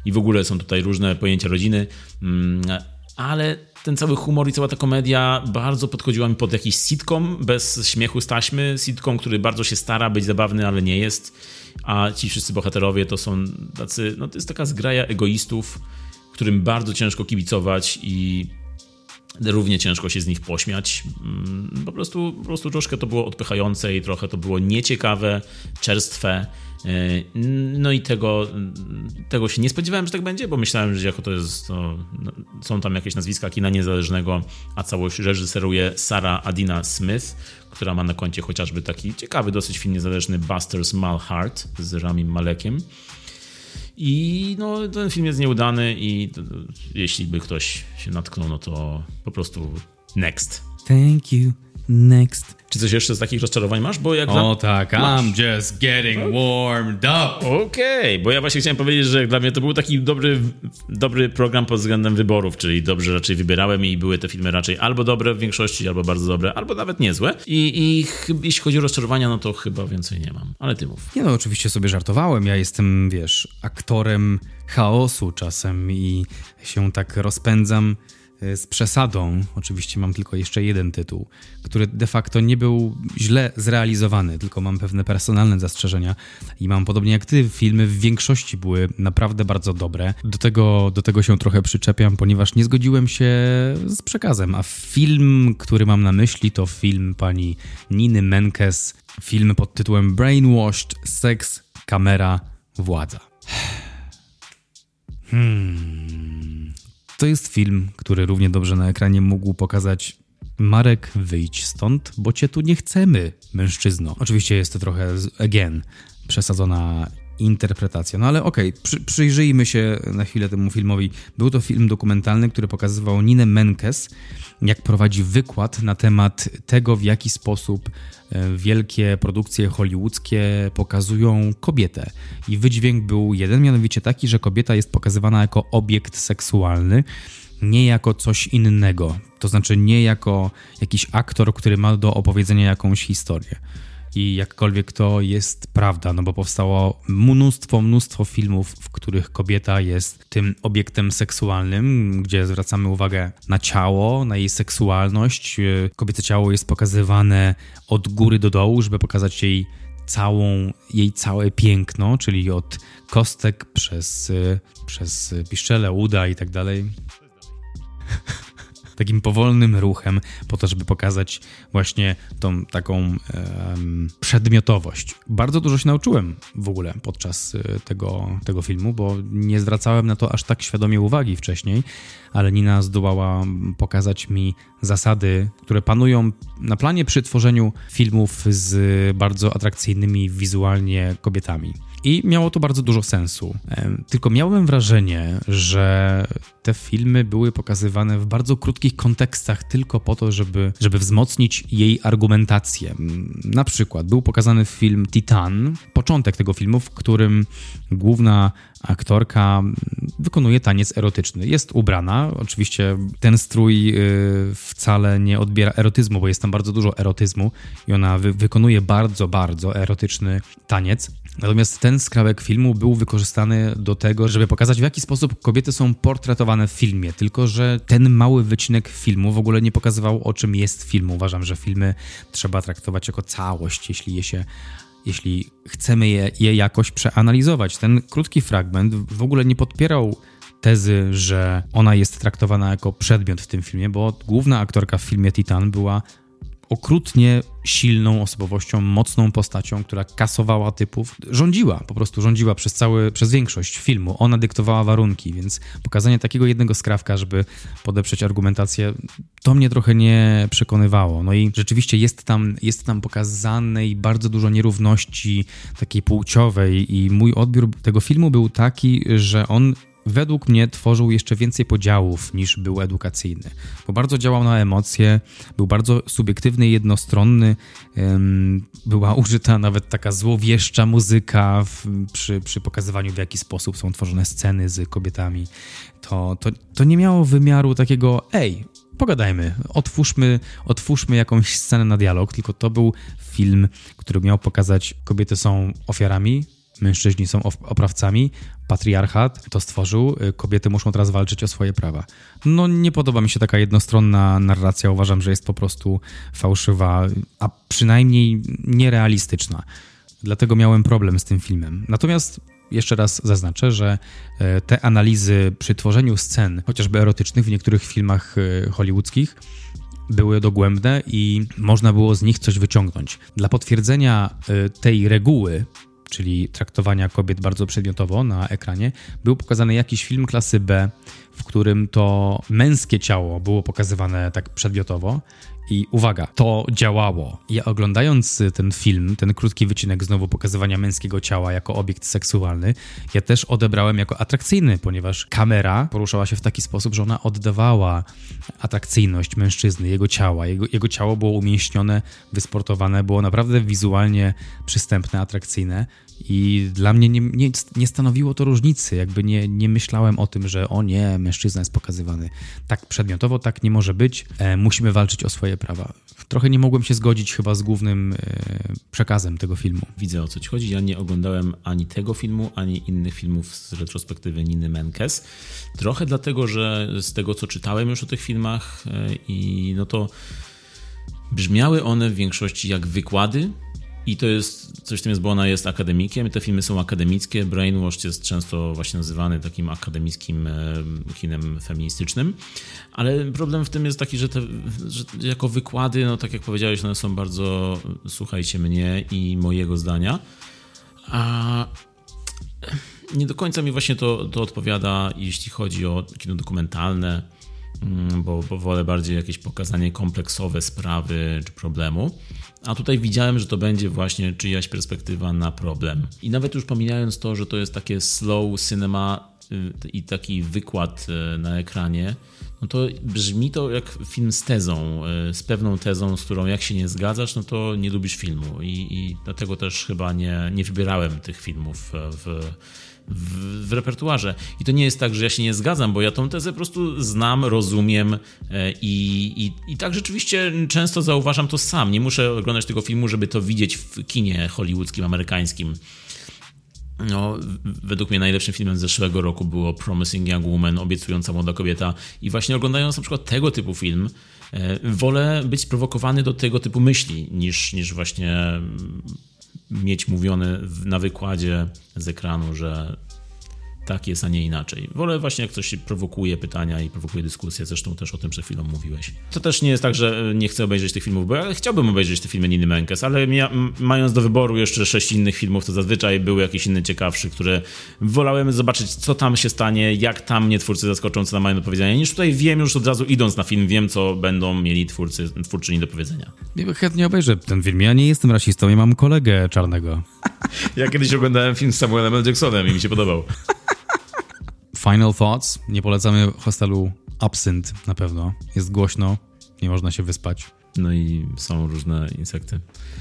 i w ogóle są tutaj różne pojęcia rodziny, ale ten cały humor i cała ta komedia bardzo podchodziła mi pod jakiś sitcom bez śmiechu z taśmy, sitcom, który bardzo się stara być zabawny, ale nie jest, a ci wszyscy bohaterowie to są tacy, no to jest taka zgraja egoistów, którym bardzo ciężko kibicować i równie ciężko się z nich pośmiać. Po prostu, po prostu troszkę to było odpychające i trochę to było nieciekawe, czerstwe. No i tego, tego się nie spodziewałem, że tak będzie, bo myślałem, że jako to jest, to, no, są tam jakieś nazwiska kina niezależnego, a całość reżyseruje Sarah Adina Smith, która ma na koncie chociażby taki ciekawy dosyć film niezależny Buster Small Heart z Ramim Malekiem. I no, ten film jest nieudany i to, to, jeśli by ktoś się natknął, no to po prostu next. Thank you, next. Czy coś jeszcze z takich rozczarowań masz? Bo jak o dla... tak, masz. I'm just getting warmed up. Okej, okay, bo ja właśnie chciałem powiedzieć, że dla mnie to był taki dobry, dobry program pod względem wyborów, czyli dobrze raczej wybierałem i były te filmy raczej albo dobre w większości, albo bardzo dobre, albo nawet niezłe. I, i ch- jeśli chodzi o rozczarowania, no to chyba więcej nie mam, ale ty mów. Nie no, oczywiście sobie żartowałem, ja jestem, wiesz, aktorem chaosu czasem i się tak rozpędzam z przesadą. Oczywiście mam tylko jeszcze jeden tytuł, który de facto nie był źle zrealizowany, tylko mam pewne personalne zastrzeżenia i mam podobnie jak ty, filmy w większości były naprawdę bardzo dobre. Do tego, do tego się trochę przyczepiam, ponieważ nie zgodziłem się z przekazem, a film, który mam na myśli, to film pani Niny Menkes, film pod tytułem Brainwashed, Seks, Kamera, Władza. Hmm... To jest film, który równie dobrze na ekranie mógł pokazać Marek, wyjdź stąd, bo cię tu nie chcemy, mężczyzno. Oczywiście jest to trochę, again, przesadzona interpretacja. No ale okej, okay, przy, przyjrzyjmy się na chwilę temu filmowi. Był to film dokumentalny, który pokazywał Ninę Menkes, jak prowadzi wykład na temat tego, w jaki sposób wielkie produkcje hollywoodzkie pokazują kobietę. I wydźwięk był jeden, mianowicie taki, że kobieta jest pokazywana jako obiekt seksualny, nie jako coś innego. To znaczy nie jako jakiś aktor, który ma do opowiedzenia jakąś historię. I jakkolwiek to jest prawda, no bo powstało mnóstwo, mnóstwo filmów, w których kobieta jest tym obiektem seksualnym, gdzie zwracamy uwagę na ciało, na jej seksualność. Kobiece ciało jest pokazywane od góry do dołu, żeby pokazać jej całą, jej całe piękno, czyli od kostek przez, przez piszczele, uda i tak dalej. Takim powolnym ruchem po to, żeby pokazać właśnie tą taką um, przedmiotowość. Bardzo dużo się nauczyłem w ogóle podczas tego, tego filmu, bo nie zwracałem na to aż tak świadomie uwagi wcześniej, ale Nina zdołała pokazać mi zasady, które panują na planie przy tworzeniu filmów z bardzo atrakcyjnymi wizualnie kobietami. I miało to bardzo dużo sensu. Tylko miałem wrażenie, że te filmy były pokazywane w bardzo krótkich kontekstach tylko po to, żeby, żeby wzmocnić jej argumentację. Na przykład był pokazany film Titan, początek tego filmu, w którym główna aktorka wykonuje taniec erotyczny. Jest ubrana, oczywiście ten strój wcale nie odbiera erotyzmu, bo jest tam bardzo dużo erotyzmu i ona wy- wykonuje bardzo, bardzo erotyczny taniec. Natomiast ten skrawek filmu był wykorzystany do tego, żeby pokazać, w jaki sposób kobiety są portretowane w filmie. Tylko że ten mały wycinek filmu w ogóle nie pokazywał, o czym jest film. Uważam, że filmy trzeba traktować jako całość, jeśli je się jeśli chcemy je, je jakoś przeanalizować. Ten krótki fragment w ogóle nie podpierał tezy, że ona jest traktowana jako przedmiot w tym filmie, bo główna aktorka w filmie Titan była okrutnie silną osobowością, mocną postacią, która kasowała typów, rządziła, po prostu rządziła przez cały, przez większość filmu. Ona dyktowała warunki, więc pokazanie takiego jednego skrawka, żeby podeprzeć argumentację, to mnie trochę nie przekonywało. No i rzeczywiście jest tam, jest tam pokazanej bardzo dużo nierówności takiej płciowej i mój odbiór tego filmu był taki, że on według mnie tworzył jeszcze więcej podziałów niż był edukacyjny, bo bardzo działał na emocje, był bardzo subiektywny i jednostronny, była użyta nawet taka złowieszcza muzyka w, przy, przy pokazywaniu, w jaki sposób są tworzone sceny z kobietami. To, to, to nie miało wymiaru takiego, ej, pogadajmy, otwórzmy, otwórzmy jakąś scenę na dialog, tylko to był film, który miał pokazać, kobiety są ofiarami, mężczyźni są oprawcami, patriarchat to stworzył, kobiety muszą teraz walczyć o swoje prawa. No nie podoba mi się taka jednostronna narracja, uważam, że jest po prostu fałszywa, a przynajmniej nierealistyczna. Dlatego miałem problem z tym filmem. Natomiast jeszcze raz zaznaczę, że te analizy przy tworzeniu scen, chociażby erotycznych w niektórych filmach hollywoodzkich, były dogłębne i można było z nich coś wyciągnąć. Dla potwierdzenia tej reguły, czyli traktowania kobiet bardzo przedmiotowo na ekranie, był pokazany jakiś film klasy B, w którym to męskie ciało było pokazywane tak przedmiotowo i uwaga, to działało. Ja oglądając ten film, ten krótki wycinek znowu pokazywania męskiego ciała jako obiekt seksualny, ja też odebrałem jako atrakcyjny, ponieważ kamera poruszała się w taki sposób, że ona oddawała atrakcyjność mężczyzny, jego ciała. Jego, jego ciało było umięśnione, wysportowane, było naprawdę wizualnie przystępne, atrakcyjne i dla mnie nie, nie, nie stanowiło to różnicy. Jakby nie, nie myślałem o tym, że o nie, mężczyzna jest pokazywany tak przedmiotowo, tak nie może być. E, musimy walczyć o swoje prawa. Trochę nie mogłem się zgodzić chyba z głównym e, przekazem tego filmu. Widzę, o co ci chodzi. Ja nie oglądałem ani tego filmu, ani innych filmów z retrospektywy Niny Menkes. Trochę dlatego, że z tego, co czytałem już o tych filmach e, i no to brzmiały one w większości jak wykłady. I to jest, coś w tym jest, bo ona jest akademikiem, te filmy są akademickie, Brainwashed jest często właśnie nazywany takim akademickim kinem feministycznym, ale problem w tym jest taki, że, te, że jako wykłady, no tak jak powiedziałeś, one są bardzo, słuchajcie mnie i mojego zdania, a nie do końca mi właśnie to, to odpowiada, jeśli chodzi o kino dokumentalne, bo, bo wolę bardziej jakieś pokazanie kompleksowe sprawy czy problemu. A tutaj widziałem, że to będzie właśnie czyjaś perspektywa na problem. I nawet już pomijając to, że to jest takie slow cinema i taki wykład na ekranie, no to brzmi to jak film z tezą, z pewną tezą, z którą jak się nie zgadzasz, no to nie lubisz filmu. I, i dlatego też chyba nie, nie wybierałem tych filmów w, w, w repertuarze. I to nie jest tak, że ja się nie zgadzam, bo ja tą tezę po prostu znam, rozumiem i, i, i tak rzeczywiście często zauważam to sam. Nie muszę oglądać tego filmu, żeby to widzieć w kinie hollywoodzkim, amerykańskim. No, według mnie najlepszym filmem z zeszłego roku było Promising Young Woman, obiecująca młoda kobieta i właśnie oglądając na przykład tego typu film wolę być sprowokowany do tego typu myśli niż, niż właśnie mieć mówione na wykładzie z ekranu, że tak jest, a nie inaczej. Wolę właśnie jak coś prowokuje pytania i prowokuje dyskusję, zresztą też o tym przed chwilą mówiłeś. To też nie jest tak, że nie chcę obejrzeć tych filmów, bo ja chciałbym obejrzeć te filmy Niny Menkes, ale mia- mając do wyboru jeszcze sześć innych filmów, to zazwyczaj były jakieś inne ciekawsze, które wolałem zobaczyć, co tam się stanie, jak tam mnie twórcy zaskoczą, co tam mają do powiedzenia, niż tutaj wiem już od razu idąc na film, wiem, co będą mieli twórcy, twórczyni do powiedzenia. Ja chętnie obejrzę ten film. Ja nie jestem rasistą, ja mam kolegę czarnego. Ja kiedyś oglądałem film z Samuelem L. Jacksonem i mi się podobał. Final thoughts. Nie polecamy hostelu Absynt na pewno. Jest głośno, nie można się wyspać. No i są różne insekty.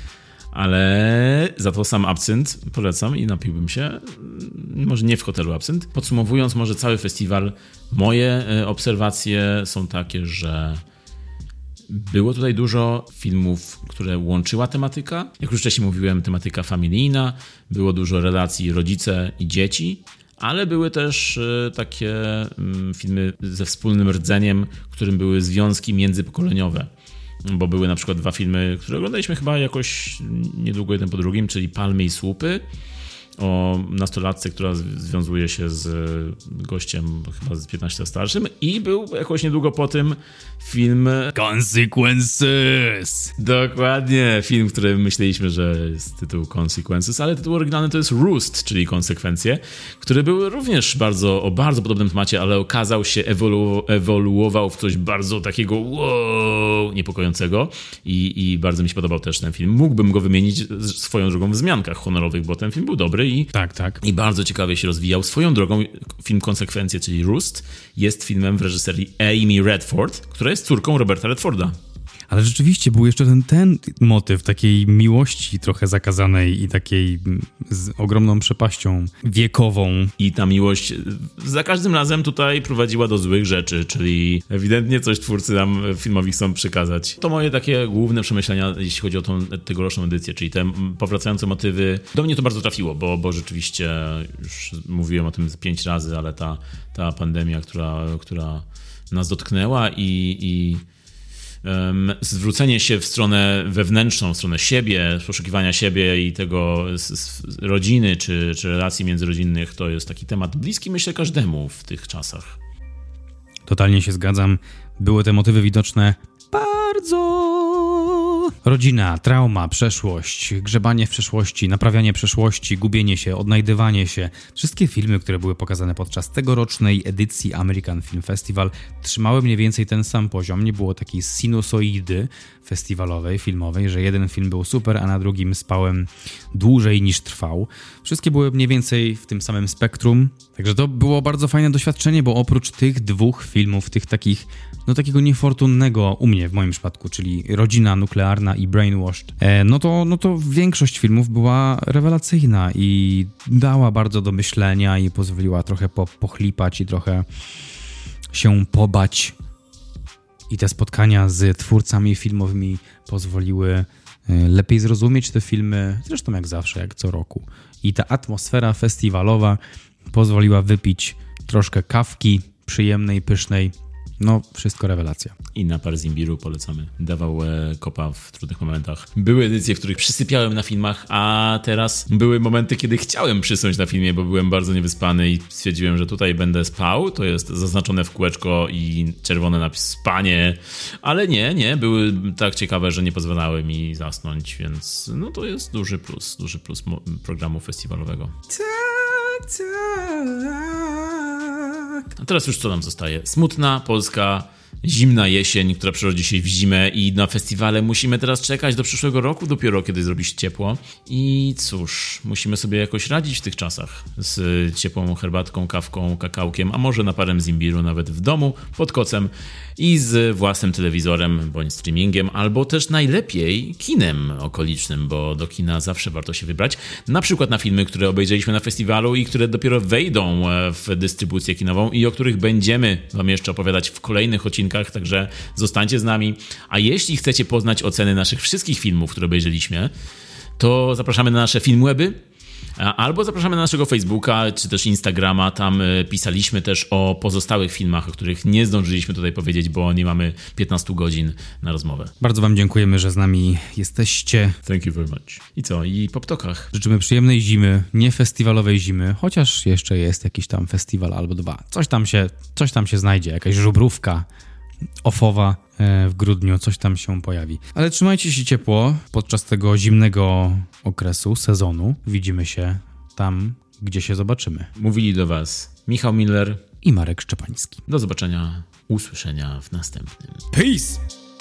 Ale za to sam Absynt polecam i napiłbym się. Może nie w hotelu Absynt. Podsumowując może cały festiwal, moje obserwacje są takie, że było tutaj dużo filmów, które łączyła tematyka. Jak już wcześniej mówiłem, tematyka familijna. Było dużo relacji rodzice i dzieci. Ale były też takie filmy ze wspólnym rdzeniem, którym były związki międzypokoleniowe. Bo były na przykład dwa filmy, które oglądaliśmy chyba jakoś niedługo jeden po drugim, czyli Palmy i słupy, o nastolatce, która związuje się z gościem chyba z piętnaście lat starszym, i był jakoś niedługo po tym film Consequences. Dokładnie, film, który myśleliśmy, że jest tytuł Consequences, ale tytuł oryginalny to jest Roost, czyli Konsekwencje, który był również bardzo, o bardzo podobnym temacie, ale okazał się, ewolu- ewoluował w coś bardzo takiego wow, niepokojącego i, i bardzo mi się podobał też ten film. Mógłbym go wymienić swoją drogą w wzmiankach honorowych, bo ten film był dobry i, tak, tak. i bardzo ciekawie się rozwijał. Swoją drogą film Konsekwencje, czyli Roost, jest filmem w reżyserii Amy Redford, która jest córką Roberta Redforda. Ale rzeczywiście był jeszcze ten, ten motyw takiej miłości trochę zakazanej i takiej z ogromną przepaścią wiekową. I ta miłość za każdym razem tutaj prowadziła do złych rzeczy, czyli ewidentnie coś twórcy nam filmowi chcą przekazać. To moje takie główne przemyślenia, jeśli chodzi o tą tegoroczną edycję, czyli te powracające motywy. Do mnie to bardzo trafiło, bo, bo rzeczywiście już mówiłem o tym pięć razy, ale ta, ta pandemia, która, która nas dotknęła i, i um, zwrócenie się w stronę wewnętrzną, w stronę siebie, poszukiwania siebie i tego z, z rodziny czy, czy relacji międzyrodzinnych, to jest taki temat bliski, myślę, każdemu w tych czasach. Totalnie się zgadzam. Były te motywy widoczne bardzo. Rodzina, trauma, przeszłość, grzebanie w przeszłości, naprawianie przeszłości, gubienie się, odnajdywanie się. Wszystkie filmy, które były pokazane podczas tegorocznej edycji American Film Festival, trzymały mniej więcej ten sam poziom. Nie było takiej sinusoidy festiwalowej, filmowej, że jeden film był super, a na drugim spałem dłużej niż trwał. Wszystkie były mniej więcej w tym samym spektrum. Także to było bardzo fajne doświadczenie, bo oprócz tych dwóch filmów, tych takich, no takiego niefortunnego u mnie w moim przypadku, czyli Rodzina Nuklearna i Brainwashed, e, no to, no to większość filmów była rewelacyjna i dała bardzo do myślenia i pozwoliła trochę po, pochlipać i trochę się pobać. I te spotkania z twórcami filmowymi pozwoliły lepiej zrozumieć te filmy, zresztą jak zawsze, jak co roku. I ta atmosfera festiwalowa pozwoliła wypić troszkę kawki przyjemnej, pysznej. No, wszystko rewelacja. I napar z imbiru polecamy. Dawał e, kopa w trudnych momentach. Były edycje, w których przysypiałem na filmach, a teraz były momenty, kiedy chciałem przysnąć na filmie, bo byłem bardzo niewyspany i stwierdziłem, że tutaj będę spał. To jest zaznaczone w kółeczko i czerwony napis spanie. Ale nie, nie. Były tak ciekawe, że nie pozwalały mi zasnąć, więc no to jest duży plus. Duży plus mo- programu festiwalowego. Tak, tak. A teraz już co nam zostaje? Smutna polska zimna jesień, która przerodzi się w zimę i na festiwale musimy teraz czekać do przyszłego roku dopiero, kiedy zrobi się ciepło. I cóż, musimy sobie jakoś radzić w tych czasach z ciepłą herbatką, kawką, kakałkiem, a może naparem z imbiru nawet w domu, pod kocem i z własnym telewizorem bądź streamingiem, albo też najlepiej kinem okolicznym, bo do kina zawsze warto się wybrać. Na przykład na filmy, które obejrzeliśmy na festiwalu i które dopiero wejdą w dystrybucję kinową i o których będziemy wam jeszcze opowiadać w kolejnych odcinkach, także zostańcie z nami. A jeśli chcecie poznać oceny naszych wszystkich filmów, które obejrzeliśmy, to zapraszamy na nasze Filmweby, albo zapraszamy na naszego Facebooka, czy też Instagrama. Tam pisaliśmy też o pozostałych filmach, o których nie zdążyliśmy tutaj powiedzieć, bo nie mamy piętnaście godzin na rozmowę. Bardzo wam dziękujemy, że z nami jesteście. Thank you very much. I co? I po ptokach. Życzymy przyjemnej zimy, nie festiwalowej zimy, chociaż jeszcze jest jakiś tam festiwal albo dwa. Coś tam się, coś tam się znajdzie, jakaś żubrówka ofowa w grudniu, coś tam się pojawi. Ale trzymajcie się ciepło podczas tego zimnego okresu, sezonu. Widzimy się tam, gdzie się zobaczymy. Mówili do was Michał Miller i Marek Szczepański. Do zobaczenia, usłyszenia w następnym. Peace!